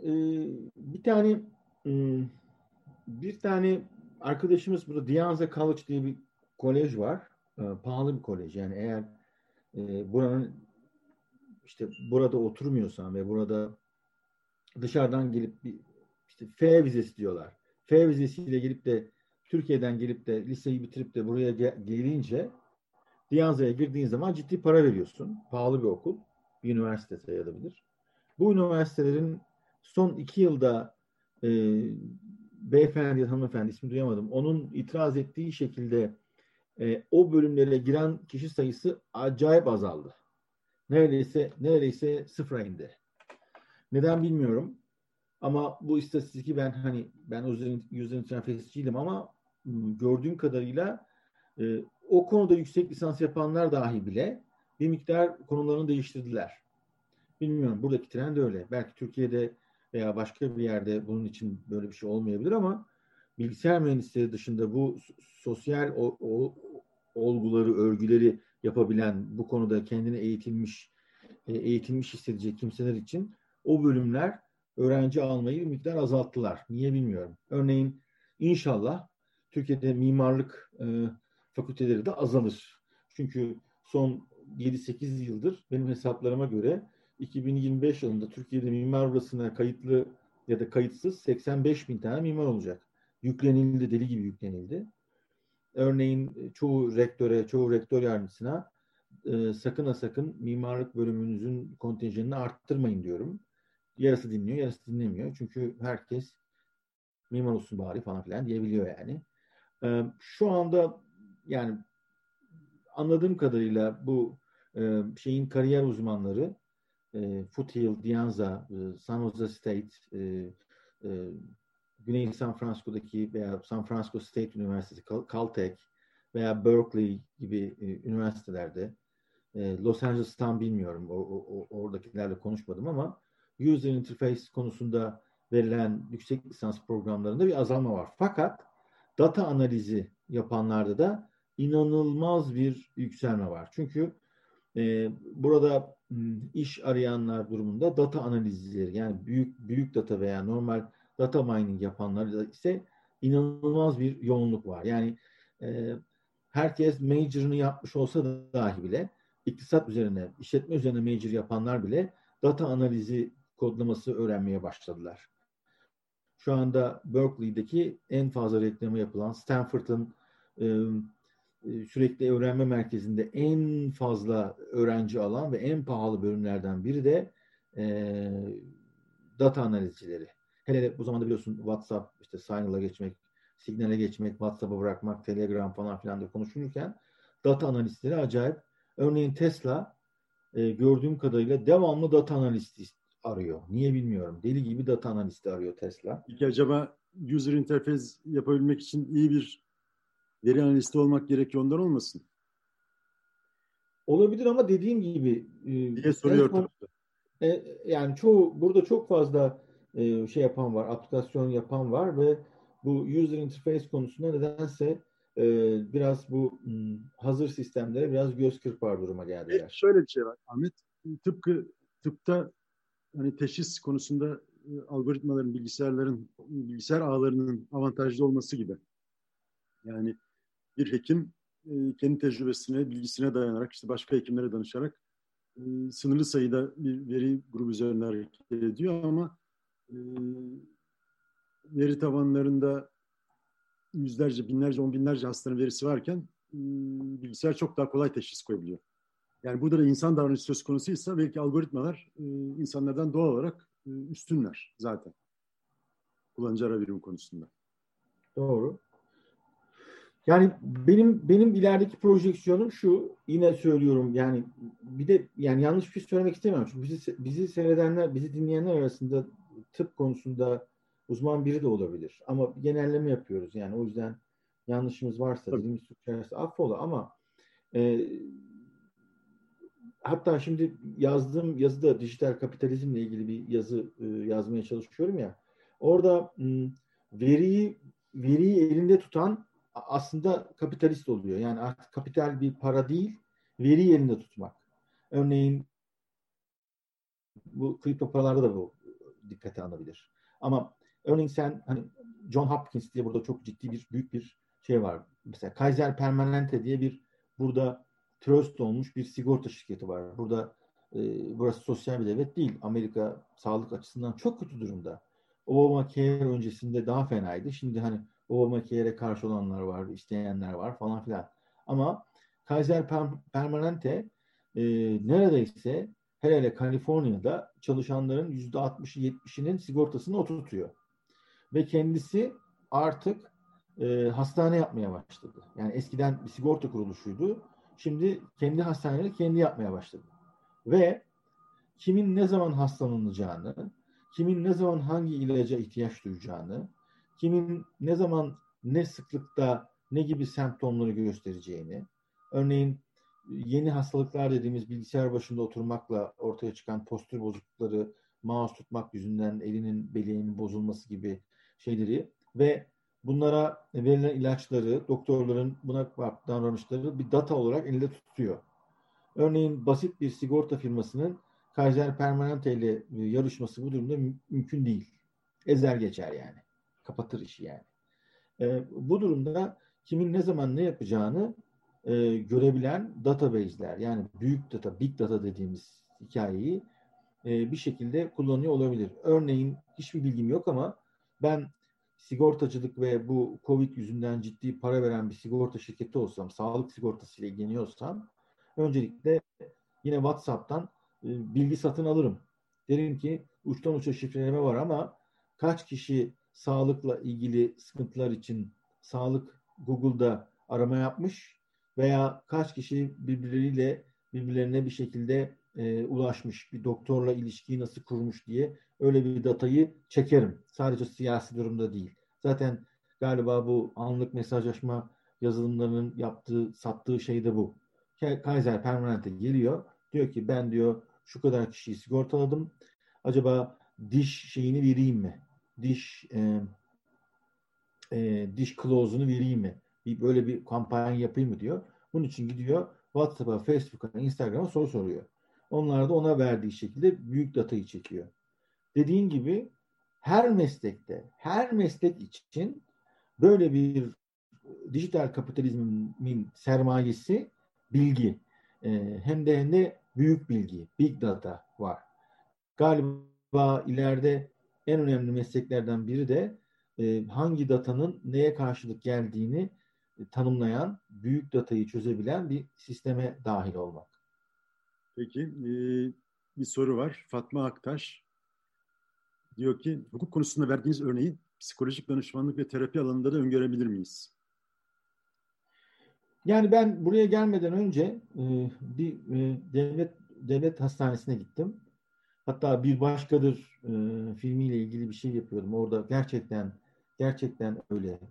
bir tane arkadaşımız burada, De Anza College diye bir kolej var. Pahalı bir kolej. Yani eğer buranın, işte burada oturmuyorsan ve burada dışarıdan gelip işte F vizesi diyorlar. F vizesiyle gelip de Türkiye'den gelip de liseyi bitirip de buraya gelince De Anza'ya girdiğin zaman ciddi para veriyorsun. Pahalı bir okul. Bir üniversite sayılabilir. Bu üniversitelerin son 2 yılda beyefendi, hanımefendi, ismi duyamadım, onun itiraz ettiği şekilde o bölümlere giren kişi sayısı acayip azaldı. Neredeyse sıfıra indi. Neden bilmiyorum. Ama bu istatistiki ben user interface'ciydim ama gördüğüm kadarıyla o konuda yüksek lisans yapanlar dahi bile bir miktar konularını değiştirdiler. Bilmiyorum. Buradaki trend öyle. Belki Türkiye'de veya başka bir yerde bunun için böyle bir şey olmayabilir ama bilgisayar mühendisleri dışında bu sosyal olguları, örgüleri yapabilen, bu konuda kendini eğitilmiş hissedecek kimseler için o bölümler öğrenci almayı bir miktar azalttılar. Niye bilmiyorum. Örneğin inşallah Türkiye'de mimarlık fakülteleri de azalır. Çünkü son 7-8 yıldır benim hesaplarıma göre 2025 yılında Türkiye'de mimar odasına kayıtlı ya da kayıtsız 85.000 tane mimar olacak. Yüklenildi, deli gibi yüklenildi. Örneğin çoğu rektör yardımcısına sakın ha sakın mimarlık bölümünüzün kontenjanını arttırmayın diyorum. Yarısı dinliyor, yarısı dinlemiyor. Çünkü herkes mimar olsun bari falan filan diyebiliyor yani. Şu anda yani anladığım kadarıyla bu şeyin kariyer uzmanları Foothill, De Anza, San Jose State, Güney San Francisco'daki veya San Francisco State Üniversitesi, Caltech veya Berkeley gibi üniversitelerde, Los Angeles'tan bilmiyorum, oradakilerle konuşmadım ama user interface konusunda verilen yüksek lisans programlarında bir azalma var. Fakat data analizi yapanlarda da inanılmaz bir yükselme var. Çünkü burada iş arayanlar durumunda data analizleri, yani büyük data veya normal data mining yapanlar ise inanılmaz bir yoğunluk var. Yani herkes major'ını yapmış olsa da dahi bile iktisat üzerine, işletme üzerine major yapanlar bile data analizi kodlaması öğrenmeye başladılar. Şu anda Berkeley'deki en fazla reklamı yapılan, Stanford'ın sürekli öğrenme merkezinde en fazla öğrenci alan ve en pahalı bölümlerden biri de data analizcileri. Hele bu zamanda biliyorsun WhatsApp, işte Signal'a geçmek, Signal'e geçmek, WhatsApp'a bırakmak, Telegram falan filan da konuşulurken data analistleri acayip. Örneğin Tesla gördüğüm kadarıyla devamlı data analisti arıyor. Niye bilmiyorum. Deli gibi data analisti arıyor Tesla. Peki acaba user interface yapabilmek için iyi bir veri analisti olmak gerekiyor, ondan olmasın? Olabilir ama dediğim gibi diye soruyor. Yani burada çok fazla şey yapan var, aplikasyon yapan var ve bu user interface konusunda nedense biraz bu hazır sistemlere biraz göz kırpar duruma geldiler. Şöyle bir şey var Ahmet. Tıpkı tıpta hani teşhis konusunda algoritmaların, bilgisayar ağlarının avantajlı olması gibi. Yani bir hekim kendi tecrübesine, bilgisine dayanarak, işte başka hekimlere danışarak sınırlı sayıda bir veri grubu üzerinden hareket ediyor ama veri tabanlarında yüzlerce, binlerce, on binlerce hastanın verisi varken bilgisayar çok daha kolay teşhis koyabiliyor. Yani burada da insan davranışı söz konusuysa belki algoritmalar insanlardan doğal olarak üstünler zaten. Kullanıcı ara birim konusunda. Doğru. Yani benim ilerideki projeksiyonum şu, yine söylüyorum, yani bir de yani yanlış bir şey söylemek istemiyorum. Çünkü bizi seyredenler, bizi dinleyenler arasında tıp konusunda uzman biri de olabilir. Ama genelleme yapıyoruz. Yani o yüzden yanlışımız varsa, dilimiz sürçerse affola, ama hatta şimdi yazdığım yazıda dijital kapitalizmle ilgili bir yazı yazmaya çalışıyorum ya. Orada veriyi elinde tutan aslında kapitalist oluyor. Yani artık kapital bir para değil, veriyi elinde tutmak. Örneğin bu kripto paralarda da bu dikkate alınabilir. Ama örneğin sen hani John Hopkins diye burada çok ciddi büyük bir şey var. Mesela Kaiser Permanente diye bir burada trust olmuş bir sigorta şirketi var. Burada burası sosyal bir devlet değil. Amerika sağlık açısından çok kötü durumda. Obamacare öncesinde daha fenaydı. Şimdi hani Obamacare'e karşı olanlar var, isteyenler var falan filan. Ama Kaiser Permanente neredeyse hele Kaliforniya'da çalışanların %60'ı 70'inin sigortasını oturtuyor. Ve kendisi artık hastane yapmaya başladı. Yani eskiden bir sigorta kuruluşuydu. Şimdi kendi hastaneleri kendi yapmaya başladı. Ve kimin ne zaman hastalanacağını, kimin ne zaman hangi ilaca ihtiyaç duyacağını, kimin ne zaman ne sıklıkta ne gibi semptomları göstereceğini, örneğin yeni hastalıklar dediğimiz bilgisayar başında oturmakla ortaya çıkan postür bozuklukları, mouse tutmak yüzünden elinin bileğinin bozulması gibi şeyleri ve bunlara verilen ilaçları, doktorların buna davranışları bir data olarak elinde tutuyor. Örneğin basit bir sigorta firmasının Kaiser Permanente ile yarışması bu durumda mümkün değil. Ezer geçer yani. Kapatır işi yani. Bu durumda kimin ne zaman ne yapacağını görebilen database'ler, yani büyük data, big data dediğimiz hikayeyi bir şekilde kullanıyor olabilir. Örneğin hiçbir bilgim yok ama ben sigortacılık ve bu Covid yüzünden ciddi para veren bir sigorta şirketi olsam, sağlık sigortasıyla ilgileniyorsam öncelikle yine WhatsApp'tan bilgi satın alırım. Derim ki uçtan uça şifreleme var ama kaç kişi sağlıkla ilgili sıkıntılar için sağlık Google'da arama yapmış veya kaç kişi birbirlerine bir şekilde ulaşmış, bir doktorla ilişkiyi nasıl kurmuş diye öyle bir datayı çekerim. Sadece siyasi durumda değil. Zaten galiba bu anlık mesajlaşma yazılımlarının sattığı şey de bu. Kaiser Permanente geliyor. Diyor ki ben diyor şu kadar kişiyi sigortaladım. Acaba diş şeyini vereyim mi? Diş clause'unu vereyim mi? Böyle bir kampanya yapayım mı diyor. Bunun için gidiyor WhatsApp'a, Facebook'a, Instagram'a soru soruyor. Onlar da ona verdiği şekilde büyük datayı çekiyor. Dediğin gibi her meslekte, her meslek için böyle bir dijital kapitalizmin sermayesi bilgi. Hem de büyük bilgi, big data var. Galiba ileride en önemli mesleklerden biri de hangi datanın neye karşılık geldiğini tanımlayan, büyük datayı çözebilen bir sisteme dahil olmak. Peki, bir soru var. Fatma Aktaş diyor ki, hukuk konusunda verdiğiniz örneği psikolojik danışmanlık ve terapi alanında da öngörebilir miyiz? Yani ben buraya gelmeden önce bir devlet hastanesine gittim. Hatta Bir Başkadır filmiyle ilgili bir şey yapıyordum. Orada gerçekten öyle.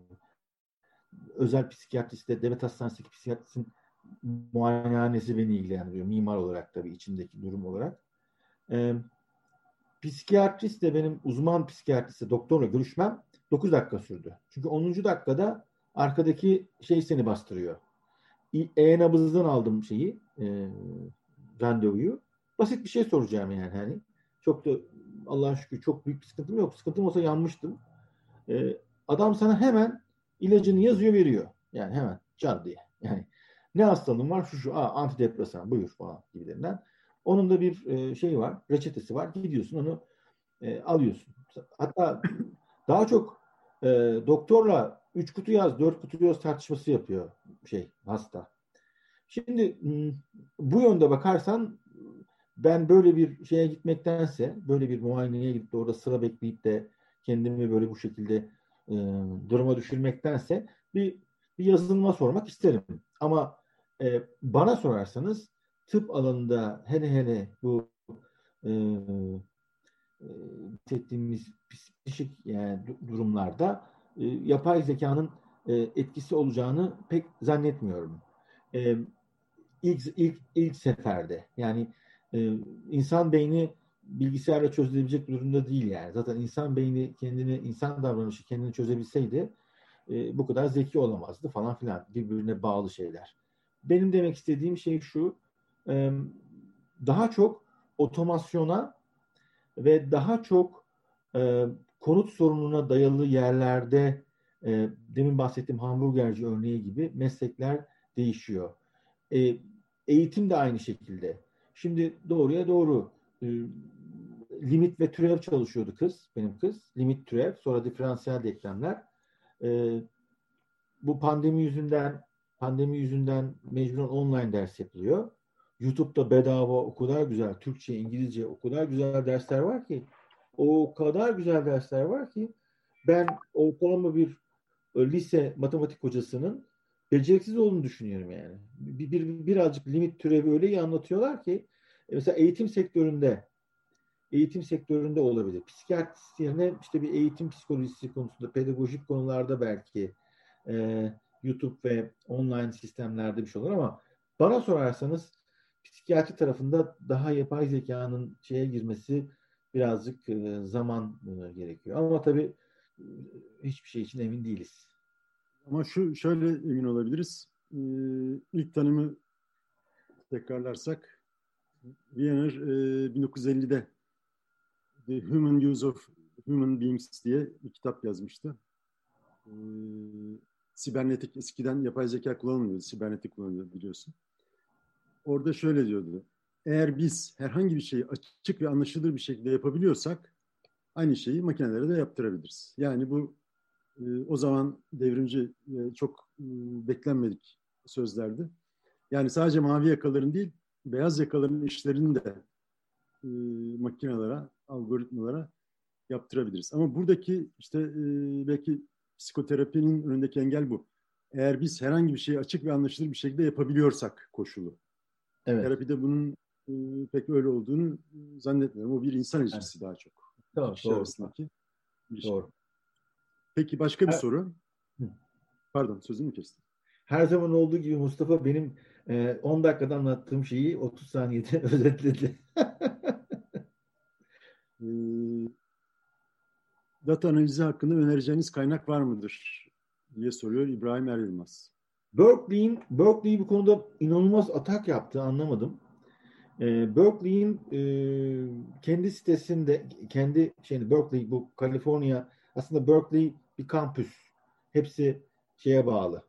Özel psikiyatriste, devlet hastanesindeki psikiyatristin muayenehanesi beni ilgilendiriyor. Mimar olarak tabii içindeki durum olarak. Psikiyatristle benim uzman psikiyatristle doktorla görüşmem 9 dakika sürdü. Çünkü 10. dakikada arkadaki şey seni bastırıyor. E-nabızdan aldım randevuyu. Basit bir şey soracağım yani hani. Çok da Allah'a şükür çok büyük bir sıkıntım yok. Sıkıntım olsa yanmıştım. Adam sana hemen ilacını yazıyor veriyor. Yani hemen can diye. Yani ne hastalığın var? Şu antidepresan buyur falan gibilerinden. Onun da bir şey var. Reçetesi var. Gidiyorsun onu alıyorsun. Hatta daha çok doktorla 3 kutu yaz 4 kutu yaz tartışması yapıyor hasta. Şimdi bu yönde bakarsan ben böyle bir şeye gitmektense, böyle bir muayeneye gidip de orada sıra bekleyip de kendimi böyle bu şekilde duruma düşürmektense bir yazılıma sormak isterim. Ama bana sorarsanız tıp alanında hele bu bahsettiğimiz psikolojik yani durumlarda yapay zekanın etkisi olacağını pek zannetmiyorum. İlk seferde yani insan beyni bilgisayarla çözülebilecek durumda değil yani. Zaten insan beyni insan davranışı kendini çözebilseydi bu kadar zeki olamazdı falan filan. Birbirine bağlı şeyler. Benim demek istediğim şey şu, daha çok otomasyona ve daha çok konut sorununa dayalı yerlerde demin bahsettiğim hamburgerci örneği gibi meslekler değişiyor. Eğitim de aynı şekilde. Şimdi doğruya doğru limit ve türev çalışıyordu benim kız. Limit türev, sonra diferansiyel denklemler. Bu pandemi yüzünden mecburen online ders yapılıyor. YouTube'da bedava o kadar güzel Türkçe, İngilizce o kadar güzel dersler var ki ben ortalama bir lise matematik hocasının beceriksiz olduğunu düşünüyorum yani. Birazcık limit türevi öyle iyi anlatıyorlar ki mesela eğitim sektöründe olabilir. Psikiyatrist yerine işte bir eğitim psikolojisi konusunda, pedagojik konularda belki YouTube ve online sistemlerde bir şey olur ama bana sorarsanız psikiyatri tarafında daha yapay zekanın girmesi birazcık zaman gerekiyor. Ama tabii hiçbir şey için emin değiliz. Ama şöyle emin olabiliriz. İlk tanımı tekrarlarsak Wiener 1950'de The Human Use of Human Beings diye bir kitap yazmıştı. Sibernetik, eskiden yapay zeka kullanılmıyordu. Sibernetik kullanılıyordu biliyorsun. Orada şöyle diyordu. Eğer biz herhangi bir şeyi açık ve anlaşılır bir şekilde yapabiliyorsak aynı şeyi makinelere de yaptırabiliriz. Yani bu o zaman devrimci çok beklenmedik sözlerdi. Yani sadece mavi yakaların değil, beyaz yakaların işlerini de makinelere, algoritmalara yaptırabiliriz. Ama buradaki işte belki psikoterapinin önündeki engel bu. Eğer biz herhangi bir şeyi açık ve anlaşılır bir şekilde yapabiliyorsak koşulu. Evet. Terapide bunun pek öyle olduğunu zannetmiyorum. O bir insan ilişkisi daha çok. Tamam, İki kişi arasındaki ilişki. Doğru. Peki başka bir soru. Pardon, sözünü kestim. Her zaman olduğu gibi Mustafa benim 10 dakikada anlattığım şeyi 30 saniyede özetledi. Data analizi hakkında önereceğiniz kaynak var mıdır diye soruyor İbrahim Eryılmaz. Berkeley bu konuda inanılmaz atak yaptı, anlamadım. Berkeley'in kendi sitesinde, kendi Berkeley, bu Kaliforniya, aslında Berkeley bir kampüs. Hepsi şeye bağlı.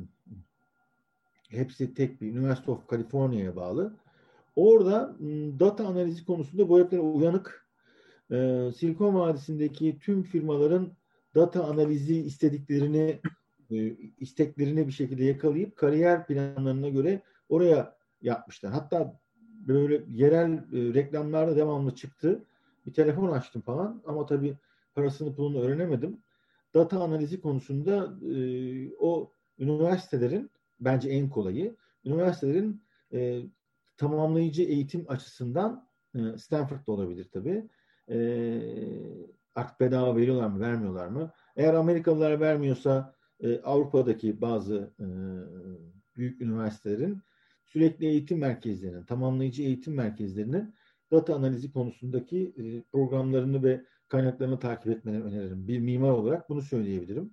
Hepsi tek bir University of California'ya bağlı. Orada data analizi konusunda bu herifler uyanık. Silikon Vadisi'ndeki tüm firmaların data analizi isteklerini bir şekilde yakalayıp kariyer planlarına göre oraya yapmışlar. Hatta böyle yerel reklamlarda devamlı çıktı. Bir telefon açtım falan ama tabii parasını pulunu öğrenemedim. Data analizi konusunda o üniversitelerin, bence en kolayı, üniversitelerin tamamlayıcı eğitim açısından Stanford'da olabilir tabii. Artık bedava veriyorlar mı, vermiyorlar mı? Eğer Amerikalılar vermiyorsa Avrupa'daki bazı büyük üniversitelerin sürekli eğitim merkezlerinin, tamamlayıcı eğitim merkezlerinin data analizi konusundaki programlarını ve kaynaklarını takip etmeni öneririm. Bir mimar olarak bunu söyleyebilirim.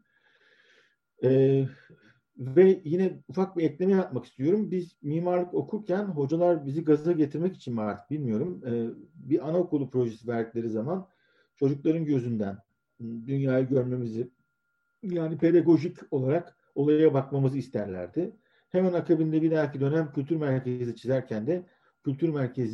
Ve yine ufak bir ekleme yapmak istiyorum. Biz mimarlık okurken hocalar bizi gaza getirmek için mi artık bilmiyorum. Bir anaokulu projesi verdikleri zaman çocukların gözünden dünyayı görmemizi, yani pedagojik olarak olaya bakmamızı isterlerdi. Hemen akabinde bir dahaki dönem kültür merkezi çizerken de kültür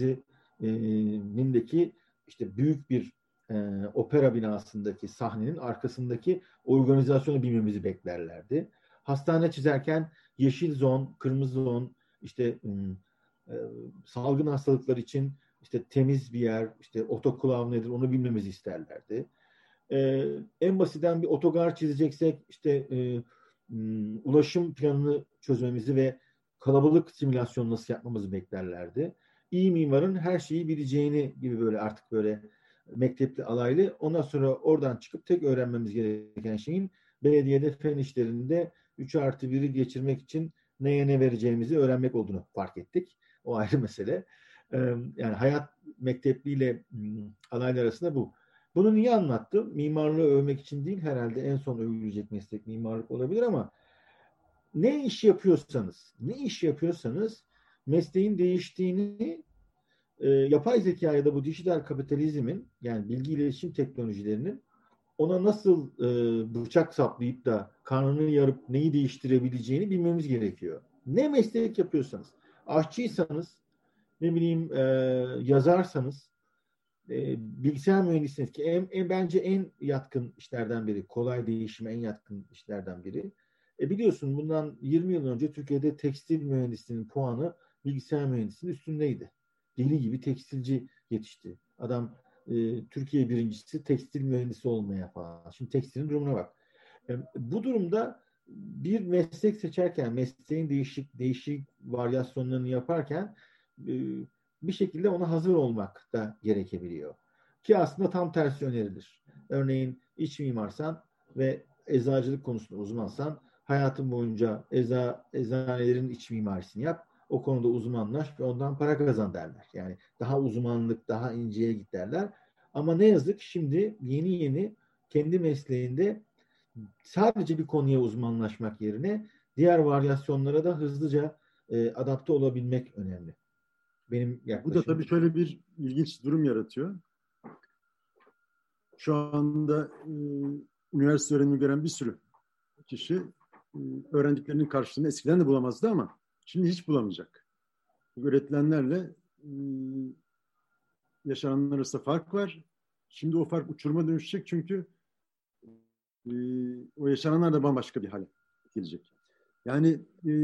merkezindeki işte büyük bir opera binasındaki sahnenin arkasındaki organizasyonu bilmemizi beklerlerdi. Hastane çizerken yeşil zon, kırmızı zon, işte salgın hastalıklar için işte temiz bir yer, işte otoklav nedir onu bilmemizi isterlerdi. En basitten bir otogar çizeceksek işte ulaşım planını çözmemizi ve kalabalık simülasyon nasıl yapmamızı beklerlerdi. İyi mimarın her şeyi bileceğini gibi böyle artık böyle mektepli alaylı. Ondan sonra oradan çıkıp tek öğrenmemiz gereken şeyin belediyede fen işlerinde 3+1'i geçirmek için neye ne vereceğimizi öğrenmek olduğunu fark ettik. O ayrı mesele. Yani hayat mektepliyle alaylı arasında bu. Bunu niye anlattım? Mimarlığı övmek için değil, herhalde en son övülecek meslek mimarlık olabilir ama ne iş yapıyorsanız mesleğin değiştiğini yapay zeka ya da bu dijital kapitalizmin, yani bilgi iletişim teknolojilerinin ona nasıl bıçak saplayıp da karnını yarıp neyi değiştirebileceğini bilmemiz gerekiyor. Ne meslek yapıyorsanız, aşçıysanız, ne bileyim yazarsanız, bilgisayar mühendisliği ki bence en yatkın işlerden biri, kolay değişime en yatkın işlerden biri. Biliyorsun bundan 20 yıl önce Türkiye'de tekstil mühendisliğinin puanı bilgisayar mühendisliğinin üstündeydi. Deli gibi tekstilci yetişti. Adam Türkiye birincisi tekstil mühendisi olmaya falan. Şimdi tekstilin durumuna bak. Bu durumda bir meslek seçerken, mesleğin değişik varyasyonlarını yaparken bir şekilde ona hazır olmak da gerekebiliyor. Ki aslında tam tersi önerilir. Örneğin iç mimarsan ve eczacılık konusunda uzmansan hayatın boyunca eczanelerin iç mimarisini yap. O konuda uzmanlaş ve ondan para kazan derler. Yani daha uzmanlık, daha inceye git derler. Ama ne yazık şimdi yeni kendi mesleğinde sadece bir konuya uzmanlaşmak yerine diğer varyasyonlara da hızlıca adapte olabilmek önemli. Benim Bu da yaklaşımım. tabii şöyle bir ilginç durum yaratıyor. Şu anda üniversite öğrenimi gören bir sürü kişi öğrendiklerinin karşılığını eskiden de bulamazdı ama şimdi hiç bulamayacak. Öğretilenlerle yaşananlar arasında fark var. Şimdi o fark uçuruma dönüşecek çünkü o yaşananlar da bambaşka bir hale gelecek. Yani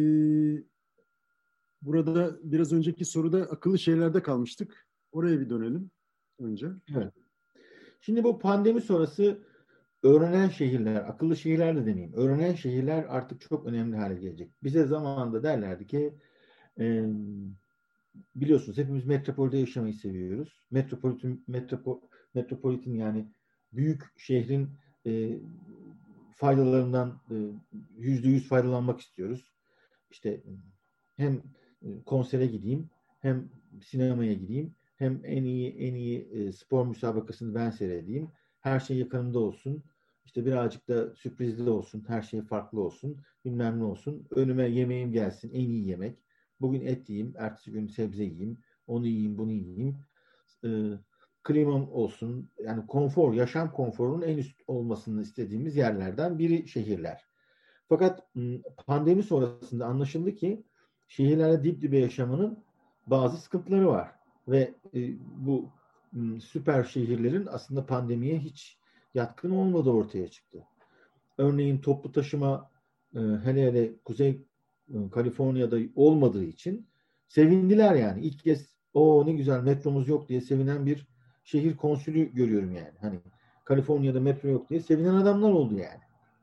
burada biraz önceki soruda akıllı şehirlerde kalmıştık. Oraya bir dönelim önce. Evet. Şimdi bu pandemi sonrası öğrenen şehirler, akıllı şehirler de demeyeyim, öğrenen şehirler artık çok önemli hale gelecek. Bize zamanında derlerdi ki biliyorsunuz hepimiz metropolde yaşamayı seviyoruz. Metropolitin yani büyük şehrin faydalarından %100 faydalanmak istiyoruz. İşte hem konsere gideyim, hem sinemaya gideyim, hem en iyi spor müsabakasını ben seyredeyim. Her şey yakınımda olsun. İşte birazcık da sürprizli olsun. Her şey farklı olsun. Bilmem ne olsun. Önüme yemeğim gelsin. En iyi yemek. Bugün et yiyeyim. Ertesi gün sebze yiyeyim. Onu yiyeyim, bunu yiyeyim. Klimam olsun. Yani konfor, yaşam konforunun en üst olmasını istediğimiz yerlerden biri şehirler. Fakat pandemi sonrasında anlaşıldı ki şehirlerde dip dibe yaşamanın bazı sıkıntıları var. Ve bu süper şehirlerin aslında pandemiye hiç yatkın olmadığı ortaya çıktı. Örneğin toplu taşıma hele hele Kuzey Kaliforniya'da olmadığı için sevindiler yani. İlk kez o ne güzel metromuz yok diye sevinen bir şehir konsülü görüyorum yani. Hani Kaliforniya'da metro yok diye sevinen adamlar oldu yani.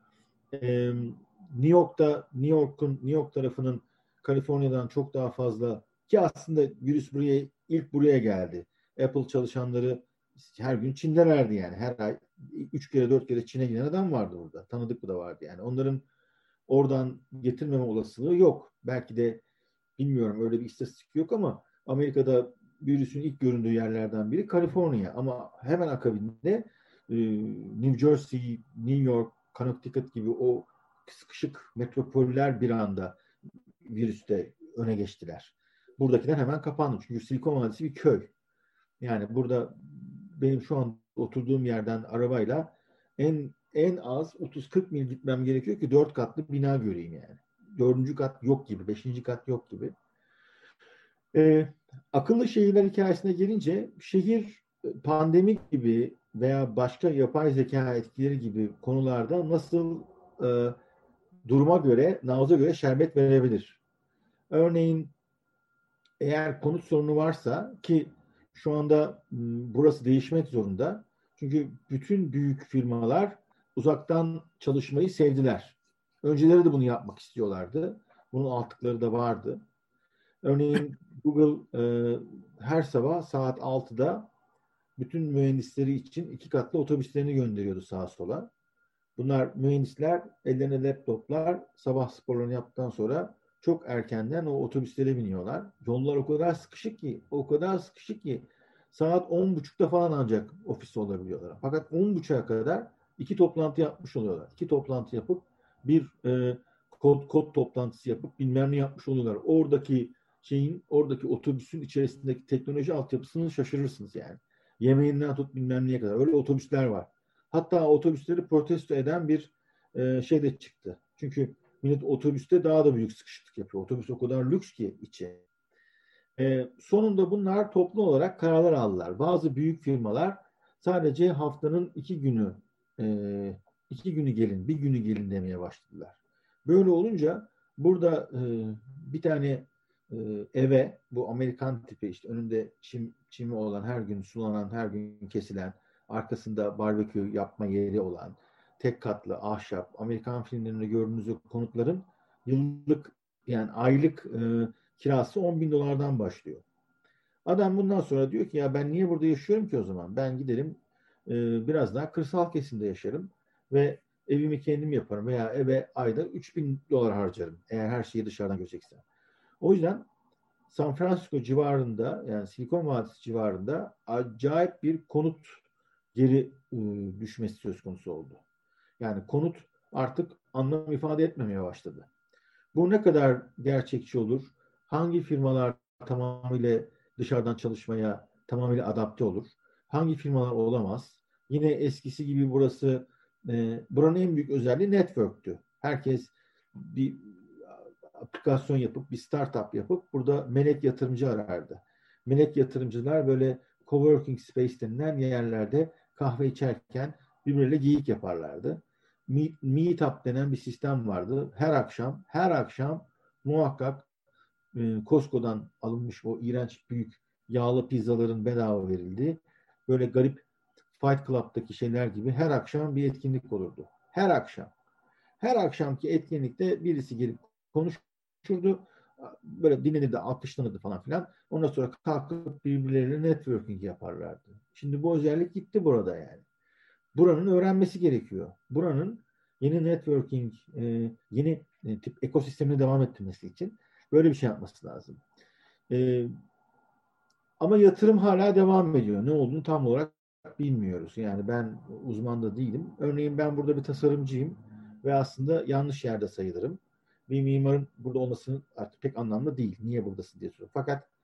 New York tarafının Kaliforniya'dan çok daha fazla ki aslında virüs ilk buraya geldi. Apple çalışanları her gün Çin'delerdi yani. Her ay 3 kere 4 kere Çin'e giden adam vardı orada. Tanıdık da vardı yani. Onların oradan getirmeme olasılığı yok. Belki de bilmiyorum öyle bir istatistik yok ama Amerika'da virüsün ilk göründüğü yerlerden biri Kaliforniya. Ama hemen akabinde New Jersey, New York, Connecticut gibi o sıkışık metropoller bir anda virüste öne geçtiler. Buradakiler hemen kapandı. Çünkü Silikon Vadisi bir köy. Yani burada benim şu an oturduğum yerden arabayla en az 30-40 mil gitmem gerekiyor ki 4 katlı bina göreyim yani. 4. kat yok gibi, 5. kat yok gibi. Akıllı şehirler hikayesine gelince şehir pandemi gibi veya başka yapay zeka etkileri gibi konularda nasıl duruma göre, nabza göre şerbet verebilir. Örneğin eğer konut sorunu varsa ki şu anda burası değişmek zorunda. Çünkü bütün büyük firmalar uzaktan çalışmayı sevdiler. Önceleri de bunu yapmak istiyorlardı. Bunun altlıkları da vardı. Örneğin Google her sabah saat 6'da bütün mühendisleri için 2 katlı otobüslerini gönderiyordu sağa sola. Bunlar mühendisler ellerine laptoplar sabah sporlarını yaptıktan sonra çok erkenden o otobüslere biniyorlar. Yollar o kadar sıkışık ki saat 10.30'da falan ancak ofiste olabiliyorlar. Fakat 10.30'a kadar 2 toplantı yapmış oluyorlar. 2 toplantı yapıp bir kod toplantısı yapıp bilmem ne yapmış oluyorlar. Oradaki otobüsün içerisindeki teknoloji altyapısını şaşırırsınız yani. Yemeğinden tut bilmem neye kadar. Öyle otobüsler var. Hatta otobüsleri protesto eden bir şey de çıktı. Çünkü millet otobüste daha da büyük sıkışıklık yapıyor. Otobüs o kadar lüks ki içi. Sonunda bunlar toplu olarak kararlar aldılar. Bazı büyük firmalar sadece haftanın 2 günü gelin, bir günü gelin demeye başladılar. Böyle olunca burada bir tane eve, bu Amerikan tipi işte önünde çimi olan, her gün sulanan, her gün kesilen, arkasında barbekü yapma yeri olan, tek katlı, ahşap, Amerikan filmlerinde gördüğünüz konutların yıllık yani aylık kirası $10.000'dan başlıyor. Adam bundan sonra diyor ki ya ben niye burada yaşıyorum ki o zaman? Ben giderim biraz daha kırsal kesimde yaşarım ve evimi kendim yaparım veya eve ayda $3.000 harcarım eğer her şeyi dışarıdan göreceksem. O yüzden San Francisco civarında yani Silikon Vadisi civarında acayip bir konut geri düşmesi söz konusu oldu. Yani konut artık anlam ifade etmemeye başladı. Bu ne kadar gerçekçi olur? Hangi firmalar tamamıyla dışarıdan çalışmaya tamamıyla adapte olur? Hangi firmalar olamaz? Yine eskisi gibi buranın en büyük özelliği network'tü. Herkes bir aplikasyon yapıp, bir startup yapıp burada melek yatırımcı arardı. Melek yatırımcılar böyle coworking space denilen yerlerde kahve içerken birbirleriyle geyik yaparlardı. Meetup denen bir sistem vardı. Her akşam muhakkak Costco'dan alınmış o iğrenç büyük yağlı pizzaların bedava verildiği böyle garip Fight Club'daki şeyler gibi her akşam bir etkinlik olurdu. Her akşam. Her akşamki etkinlikte birisi gelip konuşurdu. Böyle dinlenirdi, alkışlanırdı falan filan. Ondan sonra kalkıp birbirleriyle networking yaparlardı. Şimdi bu özellik gitti burada yani. Buranın öğrenmesi gerekiyor. Buranın yeni networking, yeni tip ekosistemini devam ettirmesi için böyle bir şey yapması lazım. Ama yatırım hala devam ediyor. Ne olduğunu tam olarak bilmiyoruz. Yani ben uzman da değilim. Örneğin ben burada bir tasarımcıyım ve aslında yanlış yerde sayılırım. Bir mimarın burada olmasının artık pek anlamlı değil. Niye buradasın diye soruyor. Fakat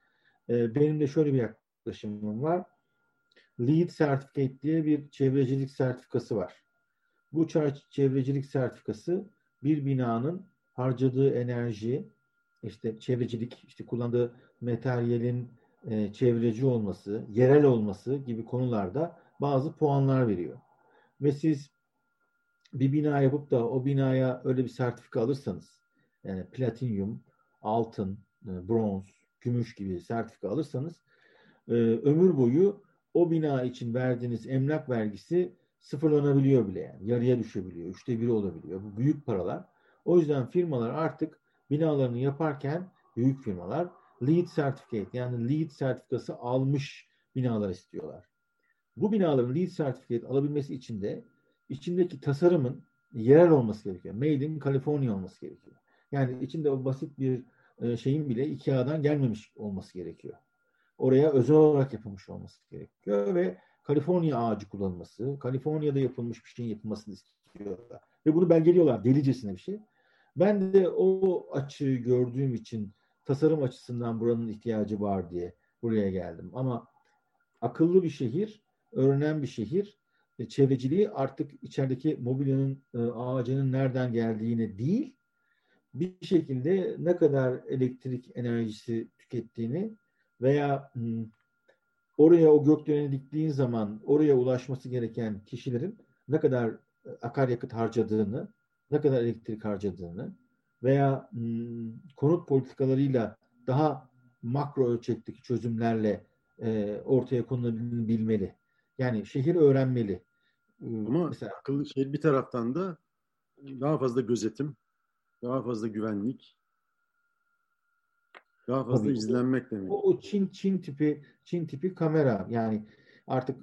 Benim de şöyle bir yaklaşımım var. LEED Certificate diye bir çevrecilik sertifikası var. Bu çevrecilik sertifikası bir binanın harcadığı enerji, işte çevrecilik, işte kullandığı materyalin çevreci olması, yerel olması gibi konularda bazı puanlar veriyor. Ve siz bir bina yapıp da o binaya öyle bir sertifika alırsanız, yani platinyum, altın, bronz, gümüş gibi sertifika alırsanız, ömür boyu o bina için verdiğiniz emlak vergisi sıfırlanabiliyor bile yani. Yarıya düşebiliyor. 1/3 olabiliyor. Bu büyük paralar. O yüzden firmalar artık binalarını yaparken, büyük firmalar LEED Certificate, yani LEED sertifikası almış binalar istiyorlar. Bu binaların LEED Certificate alabilmesi için de içindeki tasarımın yerel olması gerekiyor. Made in California olması gerekiyor. Yani içinde o basit bir şeyin bile IKEA'dan gelmemiş olması gerekiyor. Oraya özel olarak yapılmış olması gerekiyor ve Kaliforniya ağacı kullanılması, Kaliforniya'da yapılmış bir şeyin yapılmasını istiyorlar. Ve bunu belgeliyorlar, delicesine bir şey. Ben de o açığı gördüğüm için tasarım açısından buranın ihtiyacı var diye buraya geldim. Ama akıllı bir şehir, öğrenen bir şehir, çevreciliği artık içerideki mobilyanın, ağacının nereden geldiğine değil, bir şekilde ne kadar elektrik enerjisi tükettiğini veya oraya o gökdeleni diktiğin zaman oraya ulaşması gereken kişilerin ne kadar akaryakıt harcadığını, ne kadar elektrik harcadığını veya konut politikalarıyla daha makro ölçekteki çözümlerle ortaya konulabildiğini bilmeli. Yani şehir öğrenmeli. Ama Mesela akıllı şehir bir taraftan da daha fazla gözetim, daha fazla güvenlik, daha fazla tabii izlenmek demek. o Çin tipi kamera, yani artık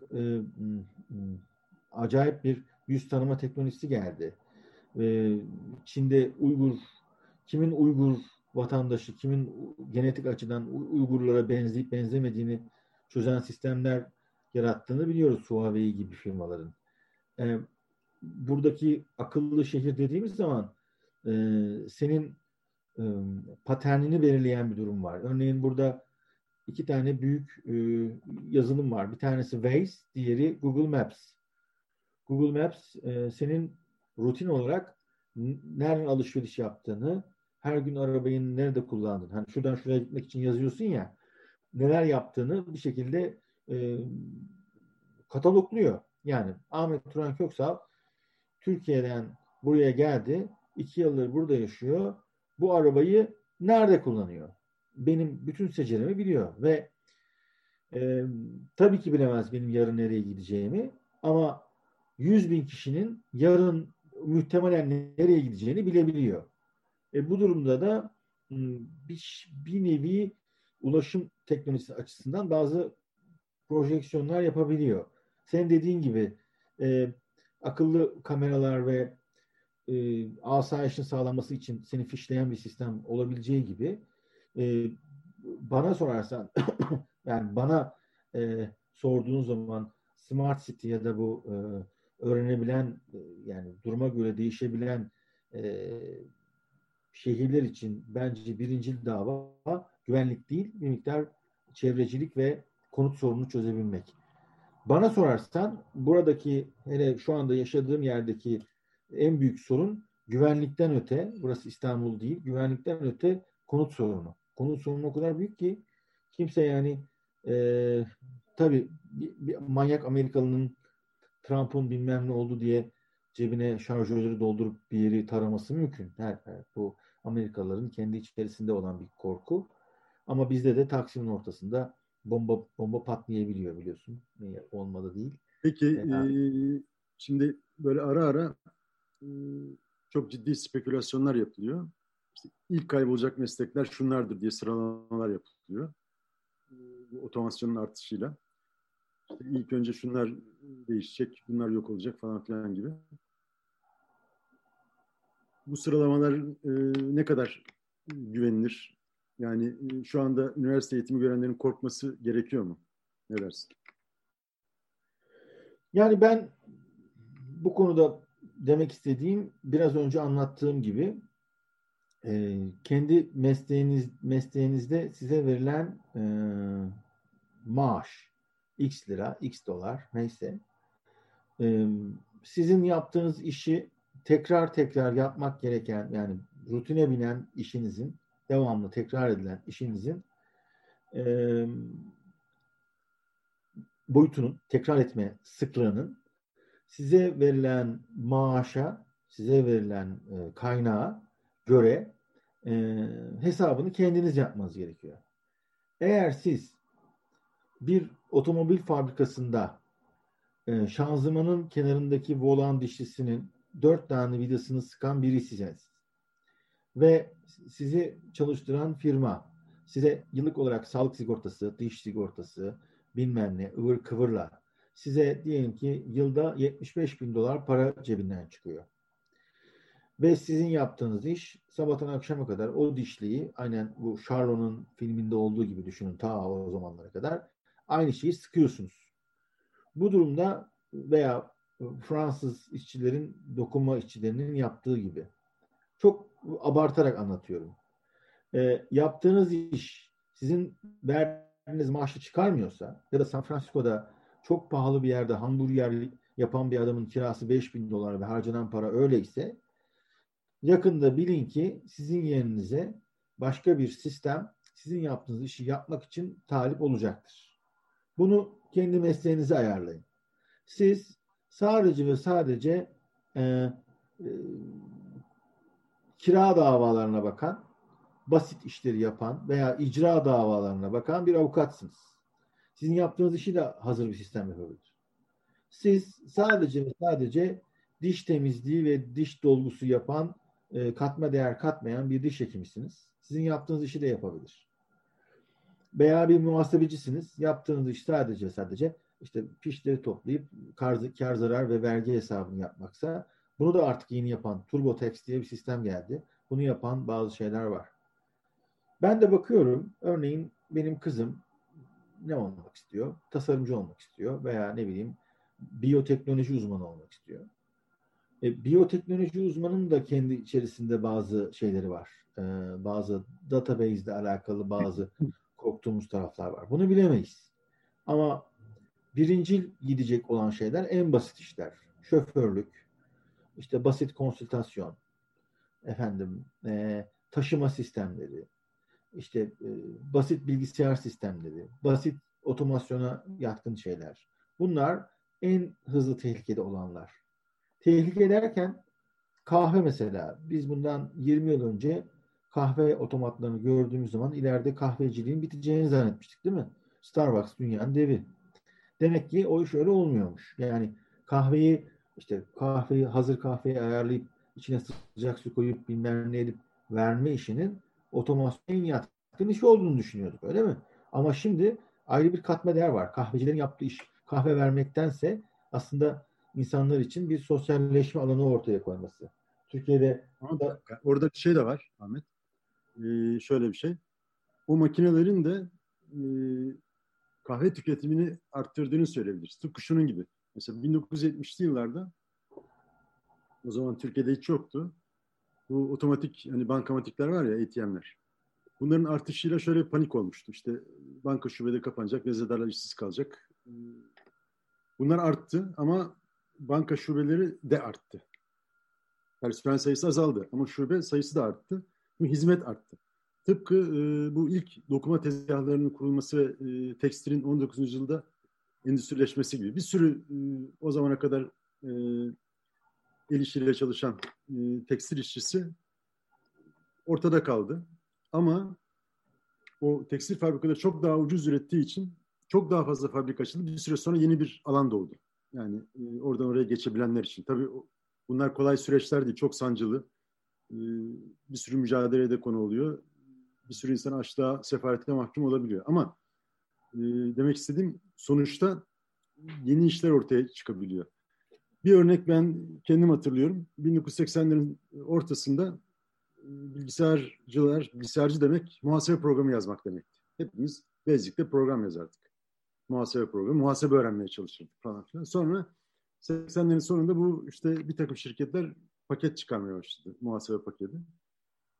acayip bir yüz tanıma teknolojisi geldi. Çin'de kimin Uygur vatandaşı, kimin genetik açıdan Uygurlara benzeyip benzemediğini çözen sistemler yarattığını biliyoruz Huawei gibi firmaların. Buradaki akıllı şehir dediğimiz zaman senin paternini belirleyen bir durum var. Örneğin burada 2 tane büyük yazılım var. Bir tanesi Waze, diğeri Google Maps. Google Maps senin rutin olarak nereden alışveriş yaptığını, her gün arabayı nerede kullandığını, hani şuradan şuraya gitmek için yazıyorsun ya, neler yaptığını bir şekilde katalogluyor. Yani Ahmet Turan Köksal Türkiye'den buraya geldi. 2 yıldır burada yaşıyor. Bu arabayı nerede kullanıyor? Benim bütün seceremi biliyor ve tabii ki bilemez benim yarın nereye gideceğimi, ama 100.000 kişinin yarın muhtemelen nereye gideceğini bilebiliyor. Bu durumda da bir nevi ulaşım teknolojisi açısından bazı projeksiyonlar yapabiliyor. Senin dediğin gibi akıllı kameralar ve asayişin sağlanması için seni fişleyen bir sistem olabileceği gibi, bana sorarsan yani bana sorduğun zaman Smart City ya da bu öğrenebilen, yani duruma göre değişebilen şehirler için bence birincil dava güvenlik değil, bir miktar çevrecilik ve konut sorununu çözebilmek. Bana sorarsan buradaki, hele şu anda yaşadığım yerdeki en büyük sorun güvenlikten öte, burası İstanbul değil, güvenlikten öte konut sorunu. Konut sorunu o kadar büyük ki kimse, yani tabii bir manyak Amerikalının Trump'ın bilmem ne oldu diye cebine şarjörleri doldurup bir yeri taraması mümkün. Bu Amerikalıların kendi içerisinde olan bir korku. Ama bizde de Taksim'in ortasında bomba patlayabiliyor, biliyorsun. Olmadı değil. Peki şimdi böyle ara ara e, çok ciddi spekülasyonlar yapılıyor. İşte ilk kaybolacak meslekler şunlardır diye sıralamalar yapılıyor. Bu otomasyonun artışıyla. İşte ilk önce şunlar değişecek, bunlar yok olacak falan filan gibi. Bu sıralamalar ne kadar güvenilir? Yani şu anda üniversite eğitimi görenlerin korkması gerekiyor mu? Ne dersin? Yani ben bu konuda demek istediğim, biraz önce anlattığım gibi, kendi mesleğinizde size verilen maaş X lira, X dolar neyse sizin yaptığınız işi tekrar yapmak gereken, yani rutine binen işinizin, devamlı tekrar edilen işinizin boyutunun, tekrar etme sıklığının size verilen maaşa, size verilen kaynağa göre hesabını kendiniz yapmanız gerekiyor. Eğer siz bir otomobil fabrikasında şanzımanın kenarındaki volan dişlisinin 4 tane vidasını sıkan birisiniz ve sizi çalıştıran firma size yıllık olarak sağlık sigortası, diş sigortası, bilmem ne, ıvır kıvırla size diyelim ki yılda $75.000 para cebinden çıkıyor. Ve sizin yaptığınız iş sabahtan akşama kadar o dişliği, aynen bu Charlot'un filminde olduğu gibi düşünün, ta o zamanlara kadar aynı şeyi sıkıyorsunuz. Bu durumda veya Fransız işçilerin, dokunma işçilerinin yaptığı gibi, çok abartarak anlatıyorum. Yaptığınız iş sizin verdiğiniz maaşı çıkarmıyorsa ya da San Francisco'da çok pahalı bir yerde hamburger yapan bir adamın kirası $5.000 ve harcanan para öyleyse, yakında bilin ki sizin yerinize başka bir sistem sizin yaptığınız işi yapmak için talip olacaktır. Bunu kendi mesleğinize ayarlayın. Siz sadece ve sadece kira davalarına bakan, basit işleri yapan veya icra davalarına bakan bir avukatsınız. Sizin yaptığınız işi de hazır bir sistem yapabilir. Siz sadece ve sadece diş temizliği ve diş dolgusu yapan, katma değer katmayan bir diş hekimisiniz. Sizin yaptığınız işi de yapabilir. Veya bir muhasebecisiniz. Yaptığınız iş sadece işte fişleri toplayıp kar zarar ve vergi hesabını yapmaksa, bunu da artık yeni yapan TurboTax diye bir sistem geldi. Bunu yapan bazı şeyler var. Ben de bakıyorum, örneğin benim kızım ne olmak istiyor? Tasarımcı olmak istiyor veya ne bileyim biyoteknoloji uzmanı olmak istiyor. Biyoteknoloji uzmanının da kendi içerisinde bazı şeyleri var. Bazı database ile alakalı bazı korktuğumuz taraflar var. Bunu bilemeyiz. Ama birincil gidecek olan şeyler en basit işler. Şoförlük, işte basit konsültasyon, taşıma sistemleri, işte basit bilgisayar sistemleri, basit otomasyona yatkın şeyler. Bunlar en hızlı tehlikede olanlar. Tehlike derken kahve mesela. Biz bundan 20 yıl önce kahve otomatlarını gördüğümüz zaman ileride kahveciliğin biteceğini zannetmiştik, değil mi? Starbucks dünyanın devi. Demek ki o iş öyle olmuyormuş. Yani hazır kahveyi ayarlayıp içine sıcak su koyup bilmem ne edip verme işinin otomasyon en yatkın iş olduğunu düşünüyorduk, öyle mi? Ama şimdi ayrı bir katma değer var. Kahvecilerin yaptığı iş kahve vermektense aslında insanlar için bir sosyalleşme alanı ortaya koyması. Türkiye'de orada bir şey de var Ahmet. Şöyle bir şey. O makinelerin de kahve tüketimini arttırdığını söyleyebiliriz. Tıpkı şunun gibi. Mesela 1970'li yıllarda, o zaman Türkiye'de hiç yoktu. Bu otomatik, hani bankamatikler var ya, ATM'ler. Bunların artışıyla şöyle bir panik olmuştu. İşte banka şubeleri kapanacak, veznedarlar işsiz kalacak. Bunlar arttı ama banka şubeleri de arttı. Personel sayısı azaldı ama şube sayısı da arttı. Bu hizmet arttı. Tıpkı bu ilk dokuma tezgahlarının kurulması ve tekstilin 19. yüzyılda endüstrileşmesi gibi. Bir sürü o zamana kadar el işiyle çalışan tekstil işçisi ortada kaldı. Ama o tekstil fabrikaları çok daha ucuz ürettiği için çok daha fazla fabrika açıldı. Bir süre sonra yeni bir alan doğdu. Yani oradan oraya geçebilenler için. Tabii bunlar kolay süreçler değil. Çok sancılı. Bir sürü mücadeleye de konu oluyor. Bir sürü insan açlığa, sefaletine mahkum olabiliyor. Ama demek istediğim, sonuçta yeni işler ortaya çıkabiliyor. Bir örnek ben kendim hatırlıyorum. 1980'lerin ortasında bilgisayarcı demek muhasebe programı yazmak demekti. Hepimiz Basic'te program yazardık. Muhasebe programı, muhasebe öğrenmeye çalışırdık falan filan. Sonra 80'lerin sonunda bu işte bir takım şirketler paket çıkarmaya başladı. Muhasebe paketi.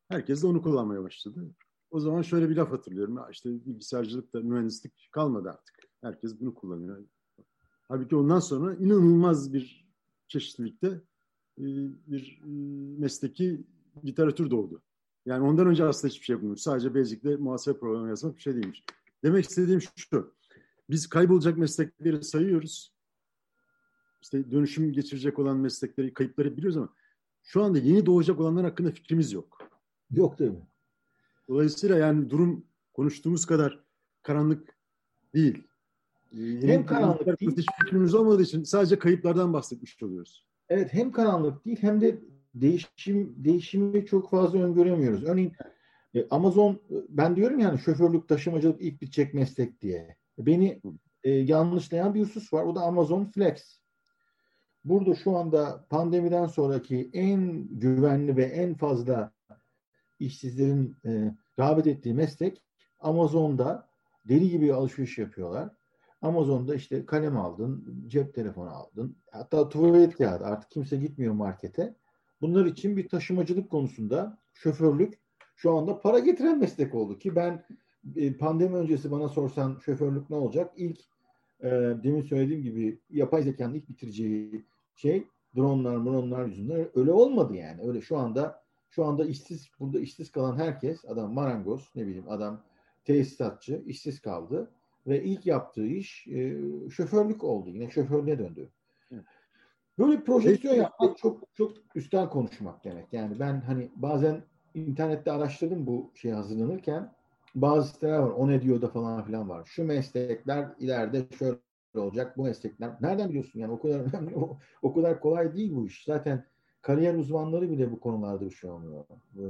Herkes de onu kullanmaya başladı. O zaman şöyle bir laf hatırlıyorum. İşte bilgisayarcılık da mühendislik kalmadı artık. Herkes bunu kullanıyor. Halbuki ondan sonra inanılmaz bir çeşitlilikte bir mesleki literatür doğdu. Yani ondan önce aslında hiçbir şey yapılmıyor. Sadece Basic'de muhasebe programı yazmak bir şey değilmiş. Demek istediğim şu. Biz kaybolacak meslekleri sayıyoruz. İşte dönüşüm geçirecek olan meslekleri, kayıpları biliyoruz ama şu anda yeni doğacak olanlar hakkında fikrimiz yok. Yok değil mi? Dolayısıyla yani durum konuştuğumuz kadar karanlık değil. Hem karanlık değil. Hiç fikrimiz olmadığı için sadece kayıplardan bahsetmiş oluyoruz. Evet, hem karanlık değil hem de değişimi çok fazla öngöremiyoruz. Örneğin Amazon, ben diyorum yani şoförlük, taşımacılık ilk bitecek meslek diye. Beni yanlışlayan bir husus var. O da Amazon Flex. Burada şu anda pandemiden sonraki en güvenli ve en fazla işsizlerin rağbet ettiği meslek Amazon'da deli gibi alışveriş yapıyorlar. Amazon'da işte kalem aldın, cep telefonu aldın, hatta tuvalet kağıdı. Artık kimse gitmiyor markete. Bunlar için bir taşımacılık konusunda şoförlük şu anda para getiren meslek oldu ki ben pandemi öncesi bana sorsan şoförlük ne olacak? İlk demin söylediğim gibi yapay zekanın ilk bitireceği şey dronlar yüzünden öyle olmadı yani. Öyle şu anda burada işsiz kalan herkes, adam marangoz, ne bileyim adam tesisatçı işsiz kaldı ve ilk yaptığı iş şoförlük oldu. Yine şoförlüğe döndü. Böyle bir projeksiyon yapmak çok çok üstten konuşmak demek. Yani ben hani bazen internette araştırdım bu şeye hazırlanırken. Bazı siteler var. O ne diyor da falan filan var. Şu meslekler ileride şöyle olacak. Bu meslekler. Nereden biliyorsun? Yani o kadar önemli, o kadar kolay değil bu iş. Zaten kariyer uzmanları bile bu konularda bir şey olmuyor.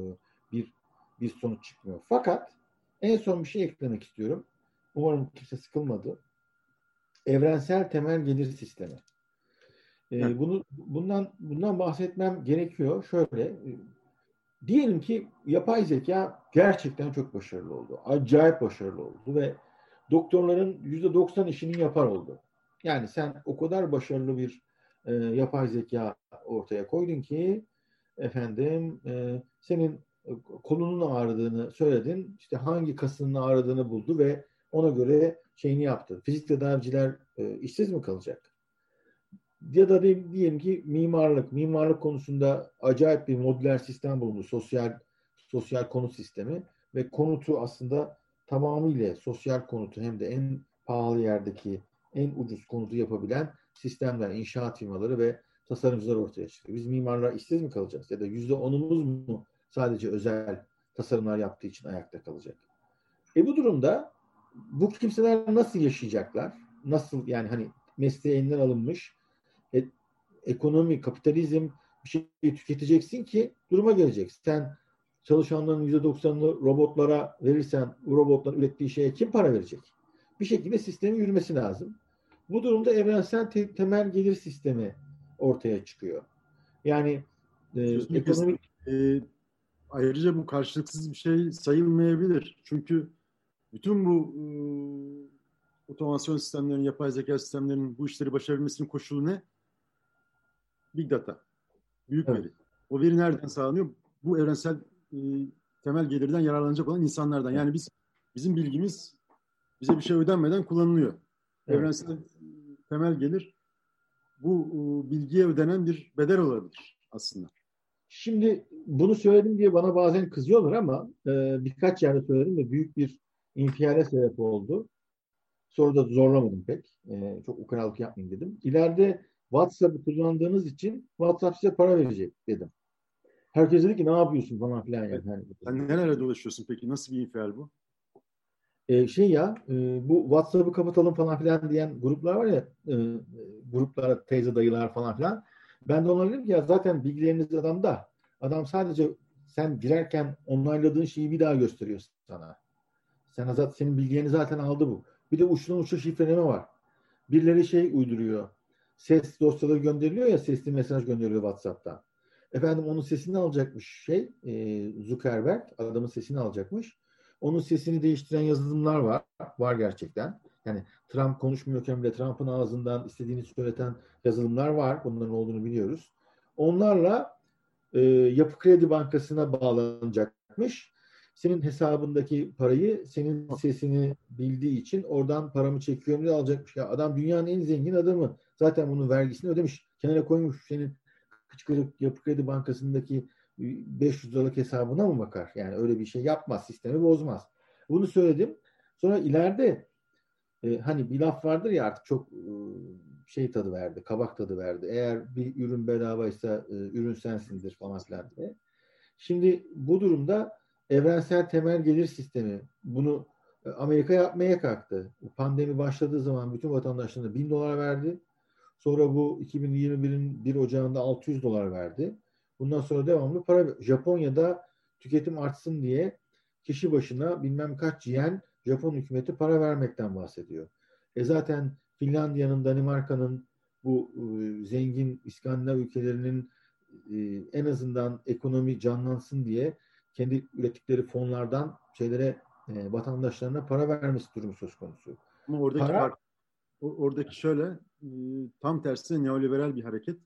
Bir sonuç çıkmıyor. Fakat en son bir şey eklemek istiyorum. Umarım kimse sıkılmadı. Evrensel temel gelir sistemi. Bundan bahsetmem gerekiyor. Şöyle, diyelim ki yapay zeka gerçekten çok başarılı oldu. Acayip başarılı oldu ve doktorların %90 işini yapar oldu. Yani sen o kadar başarılı bir yapay zeka ortaya koydun ki efendim senin kolunun ağrıdığını söyledin. İşte hangi kasının ağrıdığını buldu ve ona göre şeyini yaptı. Fizik tedaviciler işsiz mi kalacak? Ya da diyelim ki mimarlık konusunda acayip bir modüler sistem bulundu. Sosyal konut sistemi ve konutu aslında tamamıyla sosyal konutu hem de en pahalı yerdeki en ucuz konutu yapabilen sistemler, inşaat firmaları ve tasarımcılar ortaya çıktı. Biz mimarlar işsiz mi kalacağız? Ya da %10'umuz mu sadece özel tasarımlar yaptığı için ayakta kalacak? Bu durumda bu kimseler nasıl yaşayacaklar? Nasıl yani hani mesleği elinden alınmış ekonomi, kapitalizm bir şey tüketeceksin ki duruma geleceksin. Sen çalışanların %90'ını robotlara verirsen bu robotların ürettiği şeye kim para verecek? Bir şekilde sistemin yürümesi lazım. Bu durumda evrensel temel gelir sistemi ortaya çıkıyor. Yani ekonomik... Ayrıca bu karşılıksız bir şey sayılmayabilir. Çünkü bütün bu otomasyon sistemlerinin, yapay zeka sistemlerinin bu işleri başarabilmesinin koşulu ne? Big data. Büyük veri. O veri nereden sağlanıyor? Bu evrensel temel gelirden yararlanacak olan insanlardan. Yani bizim bilgimiz bize bir şey ödenmeden kullanılıyor. Evet. Evrensel temel gelir bu bilgiye ödenen bir bedel olabilir aslında. Şimdi bunu söyledim diye bana bazen kızıyorlar ama birkaç yerde söyledim ve büyük bir infiale sebep oldu. Sonra da zorlamadım pek. Çok ukalalık yapmayayım dedim. İleride WhatsApp'ı kullandığınız için WhatsApp size para verecek dedim. Herkes dedi ki ne yapıyorsun falan filan. Yani. Sen nerelere dolaşıyorsun peki? Nasıl bir infial bu? Bu WhatsApp'ı kapatalım falan filan diyen gruplar var ya, gruplara teyze dayılar falan filan. Ben de onlara dedim ki ya zaten bilgileriniz adamda. Adam sadece sen girerken onayladığın şeyi bir daha gösteriyor sana. Senin bilgilerini zaten aldı bu. Bir de uçtan uça şifreleme var. Birileri uyduruyor. Ses dosyaları gönderiliyor ya, sesli mesaj gönderiliyor WhatsApp'tan. Efendim onun sesini alacakmış Zuckerberg adamın sesini alacakmış. Onun sesini değiştiren yazılımlar var. Var gerçekten. Yani Trump konuşmuyorken bile Trump'ın ağzından istediğini söyleten yazılımlar var. Bunların olduğunu biliyoruz. Onlarla Yapı Kredi Bankası'na bağlanacak yapmış. Senin hesabındaki parayı senin sesini bildiği için oradan paramı çekiyorum diye alacakmış. Ya adam dünyanın en zengin adamı. Zaten bunun vergisini ödemiş. Kenara koymuş. Senin Kıçkırık Yapı Kredi Bankası'ndaki 500 liralık hesabına mı bakar? Yani öyle bir şey yapmaz. Sistemi bozmaz. Bunu söyledim. Sonra ileride hani bir laf vardır ya artık çok şey tadı verdi. Kabak tadı verdi. Eğer bir ürün bedavaysa ürün sensindir falan filan diye. Şimdi bu durumda evrensel temel gelir sistemi bunu Amerika yapmaya kalktı. Pandemi başladığı zaman bütün vatandaşlarına $1000 verdi. Sonra bu 2021'in 1 Ocağı'nda $600 verdi. Bundan sonra devamlı para. Japonya'da tüketim artsın diye kişi başına bilmem kaç yen Japon hükümeti para vermekten bahsediyor. Zaten Finlandiya'nın, Danimarka'nın bu zengin İskandinav ülkelerinin en azından ekonomi canlansın diye kendi ürettikleri fonlardan vatandaşlarına para vermesi durumu söz konusu. Ama oradaki şöyle tam tersi neoliberal bir hareket.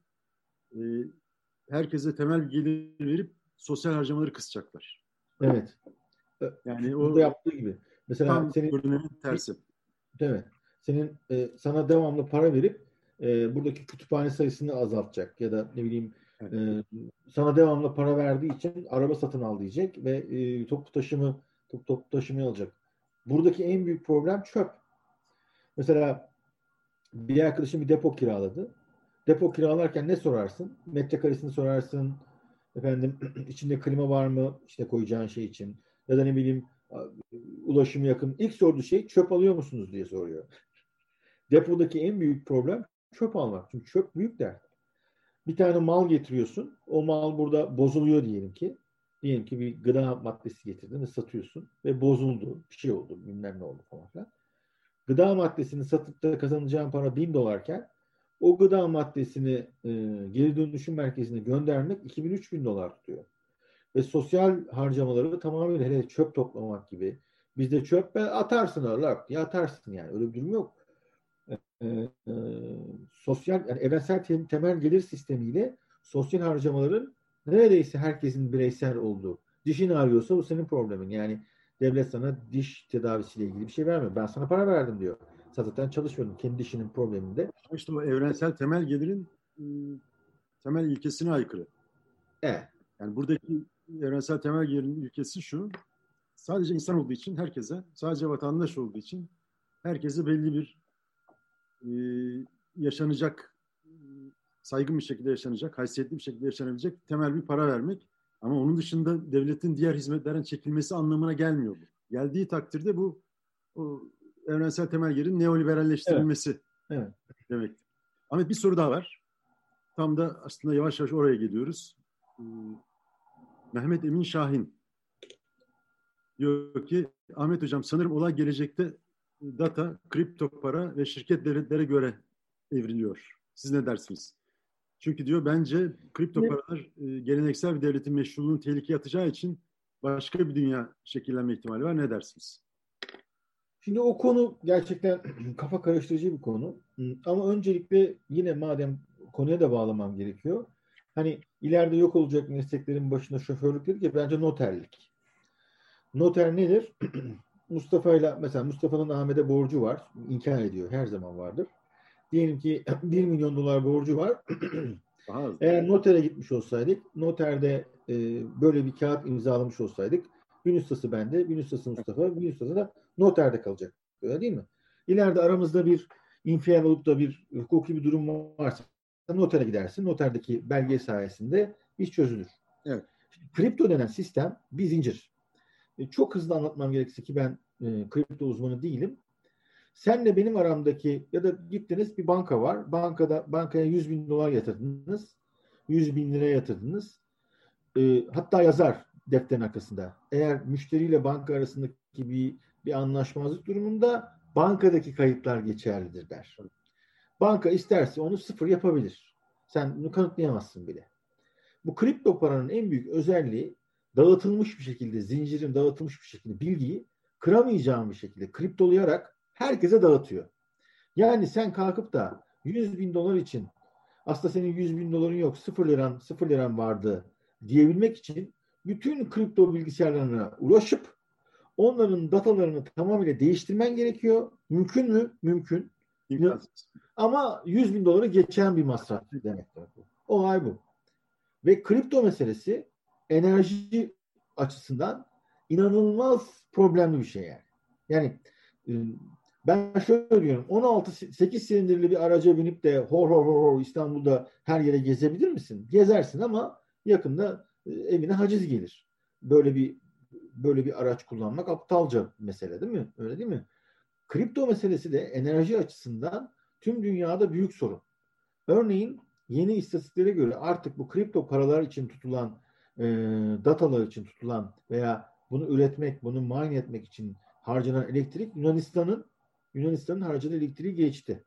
Herkese temel bir gelir verip sosyal harcamaları kısacaklar. Evet. Yani burada yaptığı gibi. Mesela tam senin tersi. Evet. Senin sana devamlı para verip buradaki kütüphane sayısını azaltacak ya da ne bileyim sana devamlı para verdiği için araba satın al diyecek ve toplu taşımayı alacak. Buradaki en büyük problem çöp. Mesela bir arkadaşım bir depo kiraladı. Depo kiralarken ne sorarsın? Metrekaresini sorarsın. Efendim içinde klima var mı? İşte koyacağın şey için. Ya da ne bileyim ulaşımı yakın. İlk sorduğu şey çöp alıyor musunuz diye soruyor. Depodaki en büyük problem çöp almak. Çünkü çöp büyük dert. Bir tane mal getiriyorsun. O mal burada bozuluyor diyelim ki. Diyelim ki bir gıda maddesi getirdin ve satıyorsun. Ve bozuldu. Bir şey oldu. Bilmem ne oldu falan filan. Gıda maddesini satıp da kazanacağın para $1000'ken o gıda maddesini geri dönüşüm merkezine göndermek $2000-3000 tutuyor. Ve sosyal harcamaları tamamen hele çöp toplamak gibi. Bizde çöp atarsın öyle diye atarsın yani. Öyle bir durum yok. Sosyal yani evrensel temel gelir sistemiyle sosyal harcamaların neredeyse herkesin bireysel olduğu. Dişin ağrıyorsa bu senin problemin. Yani devlet sana diş tedavisiyle ilgili bir şey vermiyor. Ben sana para verdim diyor. Zaten çalışmıyordum. Kendi dişinin probleminde. İşte o evrensel temel gelirin temel ilkesine aykırı. Evet. Yani buradaki evrensel temel gelirin ilkesi şu. Sadece insan olduğu için herkese, sadece vatandaş olduğu için herkese belli bir yaşanacak, saygın bir şekilde yaşanacak, haysiyetli bir şekilde yaşanabilecek temel bir para vermek. Ama onun dışında devletin diğer hizmetlerden çekilmesi anlamına gelmiyor bu. Geldiği takdirde bu o evrensel temel gelirin neoliberalleştirilmesi demek. Ahmet bir soru daha var. Tam da aslında yavaş yavaş oraya geliyoruz. Mehmet Emin Şahin diyor ki Ahmet Hocam sanırım olay gelecekte data, kripto para ve şirket devletlere göre evriliyor. Siz ne dersiniz? Çünkü diyor bence kripto paralar geleneksel bir devletin meşruluğunu tehlikeye atacağı için başka bir dünya şekillenme ihtimali var. Ne dersiniz? Şimdi o konu gerçekten kafa karıştırıcı bir konu. Ama öncelikle yine madem konuya da bağlamam gerekiyor. Hani ileride yok olacak mesleklerin başında şoförlük dedik ya bence noterlik. Noter nedir? Mesela Mustafa'nın Ahmet'e borcu var. İnkar ediyor. Her zaman vardır. Diyelim ki $1 milyon borcu var. Eğer notere gitmiş olsaydık, noterde böyle bir kağıt imzalamış olsaydık, gün ustası bende, gün ustası Mustafa, gün ustası da noterde kalacak. Öyle değil mi? İleride aramızda bir infial olup da bir hukuki bir durum varsa notere gidersin. Noterdeki belge sayesinde iş çözülür. Evet. Kripto denen sistem bir zincir. Çok hızlı anlatmam gerekirse ki ben kripto uzmanı değilim. Senle benim aramdaki ya da gittiniz bir banka var. Bankaya $100.000 yatırdınız. 100.000 lira yatırdınız. Hatta yazar defterin arkasında. Eğer müşteriyle banka arasındaki bir anlaşmazlık durumunda bankadaki kayıtlar geçerlidir der. Banka isterse onu sıfır yapabilir. Sen bunu kanıtlayamazsın bile. Bu kripto paranın en büyük özelliği dağıtılmış bir şekilde, zincirin dağıtılmış bir şekilde bilgiyi kıramayacağın bir şekilde kriptolayarak herkese dağıtıyor. Yani sen kalkıp da $100.000 için aslında senin $100.000 yok, sıfır liran vardı diyebilmek için bütün kripto bilgisayarlarına ulaşıp onların datalarını tamamıyla değiştirmen gerekiyor. Mümkün mü? Mümkün. İmkansız. Ama 100 bin doları geçen bir masraf demektir bu. Olay bu. Ve kripto meselesi enerji açısından inanılmaz problemli bir şey yani. Yani ben şöyle diyorum, 8 silindirli bir araca binip de hor İstanbul'da her yere gezebilir misin? Gezersin ama yakında evine haciz gelir. Böyle bir araç kullanmak aptalca mesele, değil mi? Öyle değil mi? Kripto meselesi de enerji açısından tüm dünyada büyük sorun. Örneğin yeni istatistiklere göre artık bu kripto paralar için tutulan datalar için tutulan veya bunu üretmek, bunu mine etmek için harcanan elektrik Yunanistan'ın harcadığı elektriği geçti.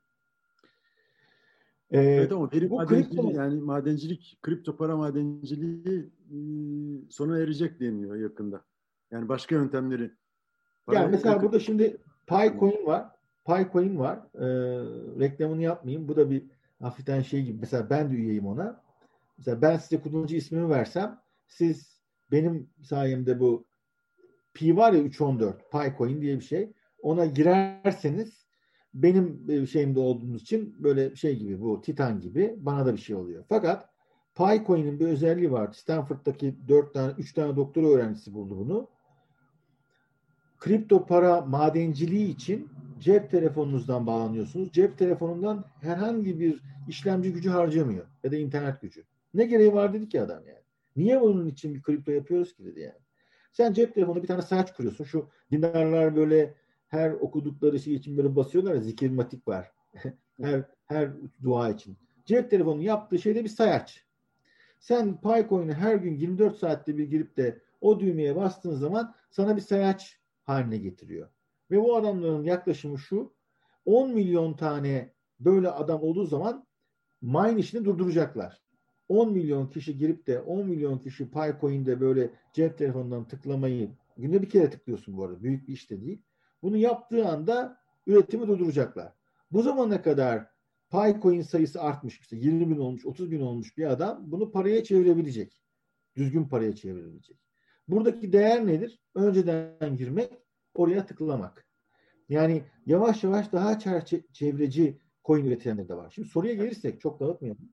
Evet ama veri Bu madenciliği yani madencilik, kripto para madenciliği sona erecek deniyor yakında. Yani başka yöntemleri. Yani mesela burada şimdi Picoin var. Picoin var. Reklamını yapmayayım. Bu da bir hafiften şey gibi. Mesela ben de üyeyim ona. Mesela ben size kullanıcı ismimi versem, siz benim sayemde bu Pi var ya 314 Picoin diye bir şey. Ona girerseniz benim şeyimde olduğunuz için böyle şey gibi, bu Titan gibi bana da bir şey oluyor. Fakat Picoin'in bir özelliği var. Stanford'daki 3 tane doktora öğrencisi buldu bunu. Kripto para madenciliği için cep telefonunuzdan bağlanıyorsunuz. Cep telefonundan herhangi bir işlemci gücü harcamıyor ya da internet gücü. Ne gereği var dedi ki adam yani. Niye bunun için bir kripto yapıyoruz ki dedi yani. Sen cep telefonu bir tane saç kuruyorsun. Şu dindarlar böyle her okudukları şey için böyle basıyorlar ya, zikirmatik var. her dua için. Cep telefonunun yaptığı şey de bir sayaç. Sen Picoin'e her gün 24 saatte bir girip de o düğmeye bastığın zaman sana bir sayaç haline getiriyor. Ve bu adamların yaklaşımı şu: 10 milyon tane böyle adam olduğu zaman mine işini durduracaklar. 10 milyon kişi girip de 10 milyon kişi Picoin'de böyle cep telefonundan tıklamayı, günde bir kere tıklıyorsun bu arada, büyük bir iş de değil. Bunu yaptığı anda üretimi durduracaklar. Bu zamana kadar Picoin sayısı artmış. İşte 20 bin olmuş, 30 bin olmuş bir adam bunu paraya çevirebilecek. Düzgün paraya çevirebilecek. Buradaki değer nedir? Önceden girmek, oraya tıklamak. Yani yavaş yavaş daha çevreci coin üretenler de var. Şimdi soruya gelirsek, çok dağıtmayalım.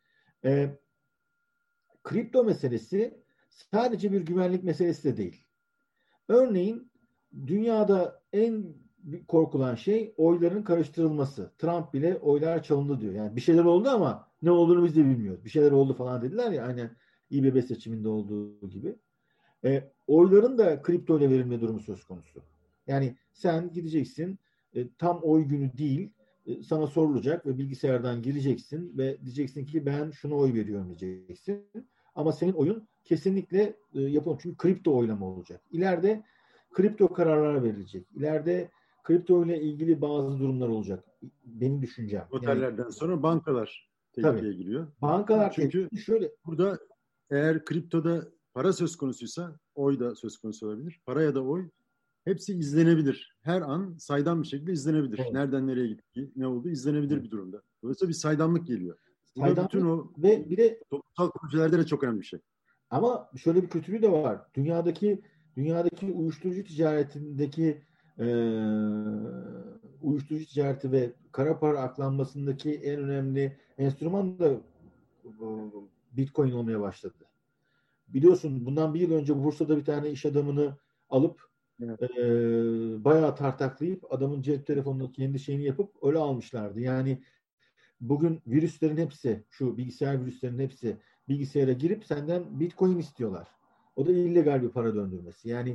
Kripto meselesi sadece bir güvenlik meselesi de değil. Örneğin dünyada en korkulan şey oyların karıştırılması. Trump bile oylar çalındı diyor. Yani bir şeyler oldu ama ne olduğunu biz de bilmiyoruz. Bir şeyler oldu falan dediler ya, aynen İBB seçiminde olduğu gibi. Oyların da kripto ile verilme durumu söz konusu. Yani sen gideceksin, tam oy günü değil, sana sorulacak ve bilgisayardan gireceksin ve diyeceksin ki ben şuna oy veriyorum diyeceksin. Ama senin oyun kesinlikle yapılmış. Çünkü kripto oylama olacak. İleride kripto kararlar verilecek. İleride kripto ile ilgili bazı durumlar olacak. Benim düşüncem. Otellerden yani, sonra bankalar tehlikeye giriyor. Bankalar çünkü şöyle. Burada eğer kriptoda para söz konusuysa oy da söz konusu olabilir. Para ya da oy hepsi izlenebilir. Her an saydam bir şekilde izlenebilir. Evet. Nereden nereye gitti, ne oldu izlenebilir evet. Bir durumda. Dolayısıyla bir saydamlık geliyor. Bu da bütün o ve bir de toplumsal projelerde de çok önemli bir şey. Ama şöyle bir kötülüğü de var. Dünyadaki uyuşturucu ticaretindeki uyuşturucu ticareti ve kara para aklanmasındaki en önemli enstrüman da Bitcoin olmaya başladı. Biliyorsun bundan bir yıl önce Bursa'da bir tane iş adamını alıp evet. Bayağı tartaklayıp adamın cep telefonunu kendi şeyini yapıp öyle almışlardı. Yani bugün virüslerin hepsi, şu bilgisayar virüslerinin hepsi bilgisayara girip senden Bitcoin istiyorlar. O da illegal bir para döndürmesi. Yani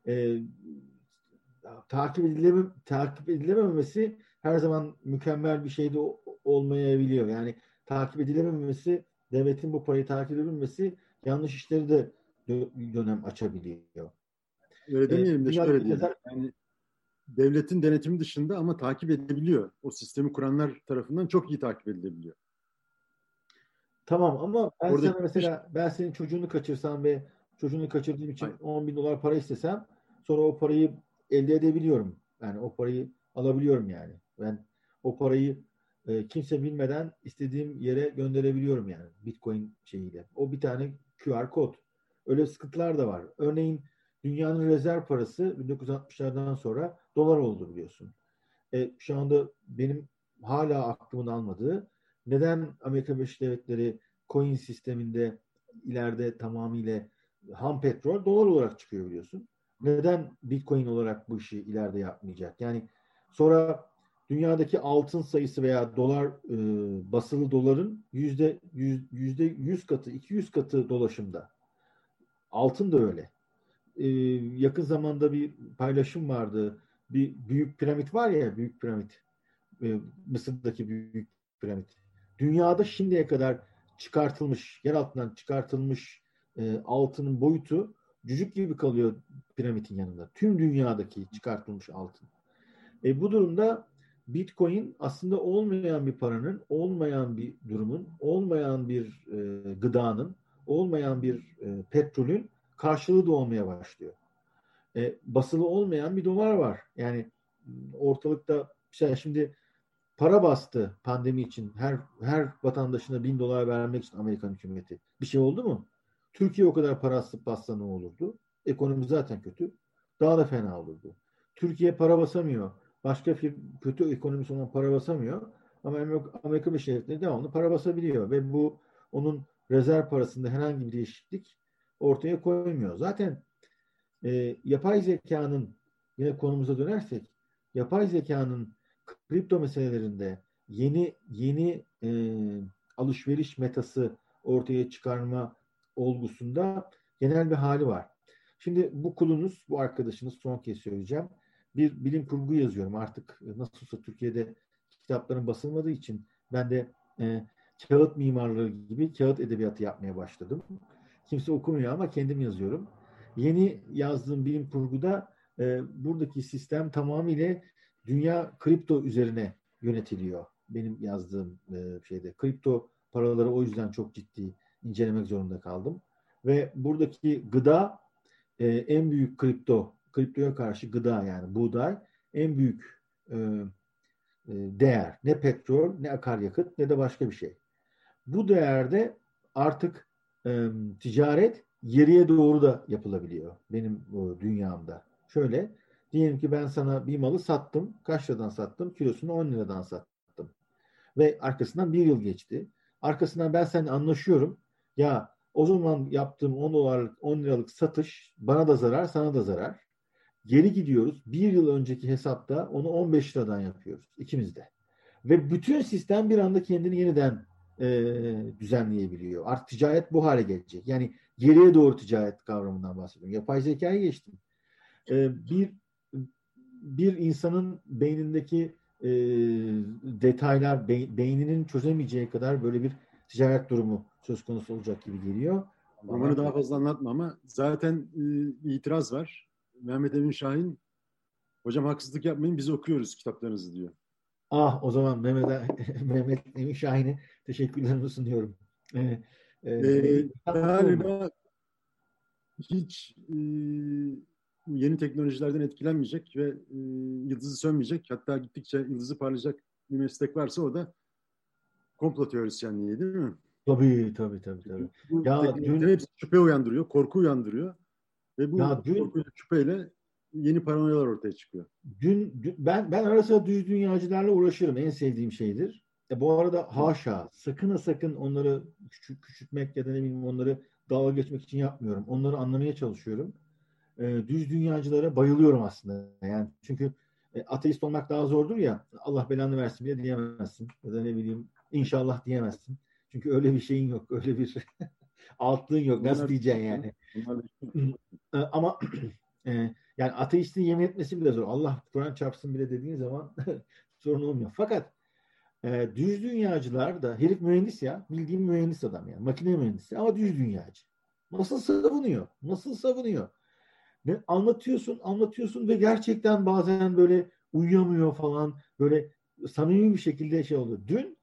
takip edilememesi her zaman mükemmel bir şey de olmayabiliyor. Yani takip edilememesi, devletin bu parayı takip edebilmesi yanlış işleri de dönem açabiliyor. Öyle demeyelim de şöyle diyelim. Yani devletin denetimi dışında ama takip edilebiliyor. O sistemi kuranlar tarafından çok iyi takip edilebiliyor. Tamam ama ben orada sana mesela ben senin çocuğunu kaçırsam ve çocuğunu kaçırdığım için 10 bin dolar para istesem, sonra o parayı elde edebiliyorum. Yani o parayı alabiliyorum yani. Ben o parayı kimse bilmeden istediğim yere gönderebiliyorum yani Bitcoin şeyiyle. O bir tane QR kod. Öyle sıkıntılar da var. Örneğin dünyanın rezerv parası 1960'lardan sonra dolar oldu biliyorsun. Şu anda benim hala aklımın almadığı, neden Amerika Birleşik Devletleri coin sisteminde ileride tamamıyla ham petrol dolar olarak çıkıyor biliyorsun. Neden Bitcoin olarak bu işi ileride yapmayacak? Yani sonra dünyadaki altın sayısı veya dolar basılı doların yüzde 100 katı, 200 katı dolaşımda. Altın da öyle. Yakın zamanda bir paylaşım vardı. Bir büyük piramit var ya, büyük piramit. Mısır'daki büyük piramit. Dünyada şimdiye kadar çıkartılmış, yer altından çıkartılmış altının boyutu cücük gibi kalıyor piramidin yanında. Tüm dünyadaki çıkartılmış altın. Bu durumda Bitcoin aslında olmayan bir paranın, olmayan bir durumun, olmayan bir gıdanın, olmayan bir petrolün karşılığı da olmaya başlıyor. Basılı olmayan bir dolar var. Yani ortalıkta şimdi para bastı pandemi için. Her vatandaşına $1000 vermek için Amerikan hükümeti. Bir şey oldu mu? Türkiye o kadar para bassa ne olurdu? Ekonomi zaten kötü. Daha da fena olurdu. Türkiye para basamıyor. Başka kötü ekonomisi olan para basamıyor. Ama Amerika Birleşik Devletleri devamlı para basabiliyor. Ve bu onun rezerv parasında herhangi bir değişiklik ortaya koymuyor. Zaten yapay zekanın, yine konumuza dönersek, yapay zekanın kripto meselelerinde yeni alışveriş metası ortaya çıkarma olgusunda genel bir hali var. Şimdi bu kulunuz, bu arkadaşınız, son kez söyleyeceğim, bir bilim kurgu yazıyorum. Artık nasılsa Türkiye'de kitapların basılmadığı için ben de kağıt mimarlığı gibi kağıt edebiyatı yapmaya başladım. Kimse okumuyor ama kendim yazıyorum. Yeni yazdığım bilim kurguda buradaki sistem tamamıyla dünya kripto üzerine yönetiliyor. Benim yazdığım şeyde. Kripto paraları o yüzden çok ciddi incelemek zorunda kaldım. Ve buradaki gıda en büyük kriptoya karşı gıda, yani buğday en büyük değer. Ne petrol, ne akaryakıt, ne de başka bir şey. Bu değerde artık ticaret geriye doğru da yapılabiliyor benim dünyamda. Şöyle, diyelim ki ben sana bir malı sattım. Kaç liradan sattım? Kilosunu 10 liradan sattım. Ve arkasından bir yıl geçti. Arkasından ben seninle anlaşıyorum. Ya o zaman yaptığım 10 liralık satış bana da zarar, sana da zarar. Geri gidiyoruz. Bir yıl önceki hesapta onu 15 liradan yapıyoruz. İkimiz de. Ve bütün sistem bir anda kendini yeniden düzenleyebiliyor. Artık ticaret bu hale gelecek. Yani geriye doğru ticaret kavramından bahsediyorum. Yapay zekaya geçtim. Bir insanın beynindeki detaylar, beyninin çözemeyeceği kadar böyle bir ticaret durumu söz konusu olacak gibi geliyor. Romanı daha fazla anlatma ama zaten bir itiraz var. Mehmet Emin Şahin, hocam haksızlık yapmayın, biz okuyoruz kitaplarınızı diyor. O zaman Mehmet Emin Şahin'e teşekkürlerimi sunuyorum. Galiba hiç yeni teknolojilerden etkilenmeyecek ve yıldızı sönmeyecek, hatta gittikçe yıldızı parlayacak bir meslek varsa o da komplo teorisyenliği, değil mi? Tabii. Bu Ya teknolojilerin hepsi şüphe uyandırıyor, korku uyandırıyor ve bu korkuyla, şüpheyle yeni paranoyalar ortaya çıkıyor. Ben ara sıra düz dünyacılarla uğraşırım. En sevdiğim şeydir. Bu arada haşa, sakın onları küçültmek ya da ne bileyim onları dalga geçmek için yapmıyorum. Onları anlamaya çalışıyorum. Düz dünyacılara bayılıyorum aslında. Yani çünkü ateist olmak daha zordur ya. Allah belanı versin bile diyemezsin. Ya da ne bileyim inşallah diyemezsin. Çünkü öyle bir şeyin yok. Öyle bir altlığın yok. Nasıl diyeceksin yani? Ama yani ateistin yemin etmesi bile zor. Allah Kur'an çarpsın bile dediğin zaman sorun olmuyor. Fakat düz dünyacılar da, herif mühendis ya. Bildiğim mühendis adam yani. Makine mühendisi ama düz dünyacı. Nasıl savunuyor? Ve anlatıyorsun ve gerçekten bazen böyle uyuyamıyor falan. Böyle samimi bir şekilde şey oldu. Dün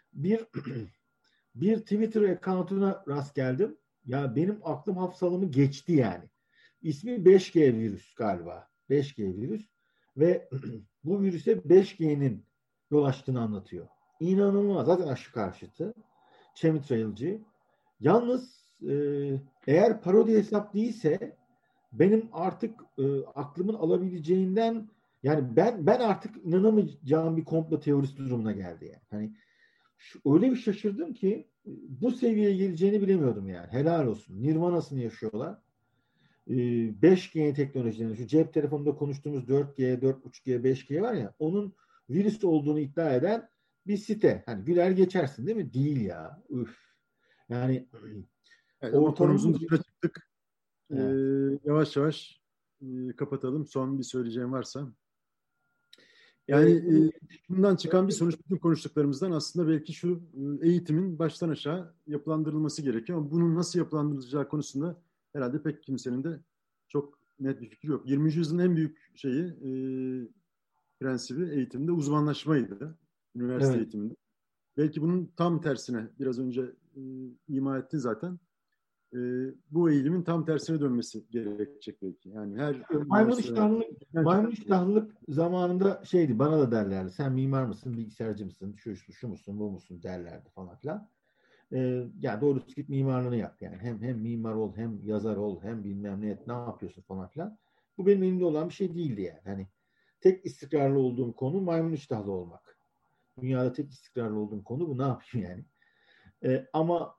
bir Twitter account'una rast geldim. Ya benim aklım hafızalımı geçti yani. İsmi 5G virüs galiba. 5G virüs ve bu virüse 5G'nin yol açtığını anlatıyor. İnanılmaz. Zaten aşı karşıtı. Chemtrailci. Yalnız eğer parodi hesap değilse benim artık aklımın alabileceğinden, yani ben artık inanamayacağım bir komplo teorisi durumuna geldi yani. Hani öyle bir şaşırdım ki bu seviyeye geleceğini bilemiyordum yani. Helal olsun. Nirvana'sını yaşıyorlar. 5G teknolojilerini, şu cep telefonunda konuştuğumuz 4G, 4.5G, 5G var ya, onun virüs olduğunu iddia eden bir site. Hani güler geçersin değil mi? Değil ya. Üf. Yani evet, ama konumuzun dışına çıktık. Evet. Yavaş yavaş kapatalım. Son bir söyleyeceğim varsa. Yani bundan çıkan bir sonuç, bütün konuştuklarımızdan aslında belki şu: eğitimin baştan aşağı yapılandırılması gerekiyor. Ama bunun nasıl yapılandırılacağı konusunda herhalde pek kimsenin de çok net bir fikri yok. 20. yüzyılın en büyük şeyi, prensibi eğitimde uzmanlaşmaydı. Üniversite Evet. eğitiminde. Belki bunun tam tersine, biraz önce ima etti zaten. Bu eğilimin tam tersine dönmesi gerekecek belki. Yani her Maymun iştahlılık zamanında şeydi, bana da derlerdi. Sen mimar mısın, bilgisayarcı mısın, şu musun, bu musun derlerdi falan filan. Yani doğrusu git mimarlığını yap. Yani hem mimar ol, hem yazar ol, hem bilmem ne yapıyorsun falan filan. Bu benim elimde olan bir şey değildi yani. Hani tek istikrarlı olduğum konu maymun iştahlı olmak. Dünyada tek istikrarlı olduğum konu bu. Ne yapayım yani? Ama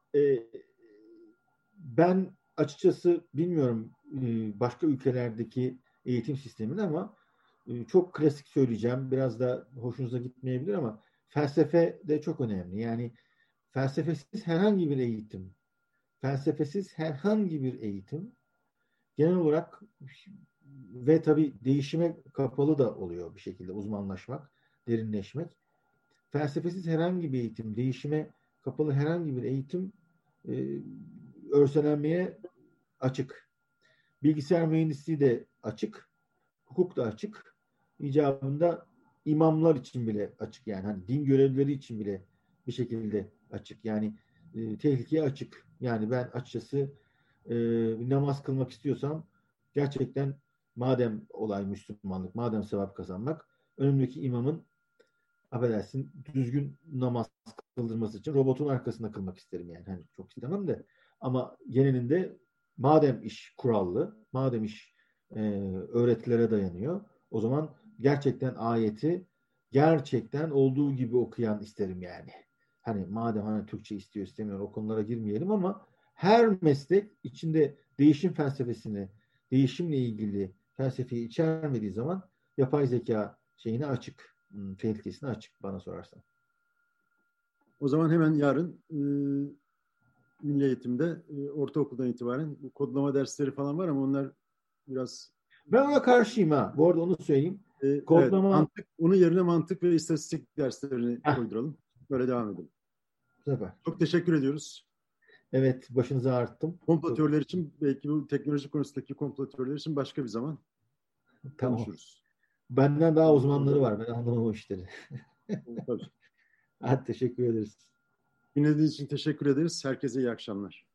ben açıkçası bilmiyorum başka ülkelerdeki eğitim sistemini, ama çok klasik söyleyeceğim. Biraz da hoşunuza gitmeyebilir ama felsefe de çok önemli. Yani felsefesiz herhangi bir eğitim genel olarak, ve tabii değişime kapalı da oluyor bir şekilde uzmanlaşmak, derinleşmek. Felsefesiz herhangi bir eğitim, değişime kapalı herhangi bir eğitim örselenmeye açık. Bilgisayar mühendisliği de açık, hukuk da açık. İcabında imamlar için bile açık, yani hani din görevlileri için bile bir şekilde açık. Yani tehlikeye açık. Yani ben açıkçası namaz kılmak istiyorsam, gerçekten madem olay Müslümanlık, madem sevap kazanmak, önümdeki imamın, affedersin, düzgün namaz kıldırması için robotun arkasında kılmak isterim yani. Hani çok istemem de, ama genelinde madem iş kurallı, madem iş öğretilere dayanıyor, o zaman gerçekten ayeti gerçekten olduğu gibi okuyan isterim yani. Hani madem hani Türkçe istiyor istemiyor, o konulara girmeyelim, ama her meslek içinde değişim felsefesini, değişimle ilgili felsefeyi içermediği zaman yapay zeka şeyine açık, tehlikesine açık bana sorarsan. O zaman hemen yarın milli eğitimde ortaokuldan itibaren bu kodlama dersleri falan var ama onlar biraz... Ben ona karşıyım ha. Bu arada onu söyleyeyim. Kodlama... Evet, onun yerine mantık ve istatistik derslerini koyduralım. Böyle devam edelim. Süper. Çok teşekkür ediyoruz. Evet, başınızı ağrıttım. Komplo teorileri için, belki bu teknoloji konusundaki komplo teorileri için başka bir zaman konuşuruz. Benden daha uzmanları var. Ben anlamam o işleri. Tabii. Hadi, teşekkür ederiz. Dinlediğiniz için teşekkür ederiz. Herkese iyi akşamlar.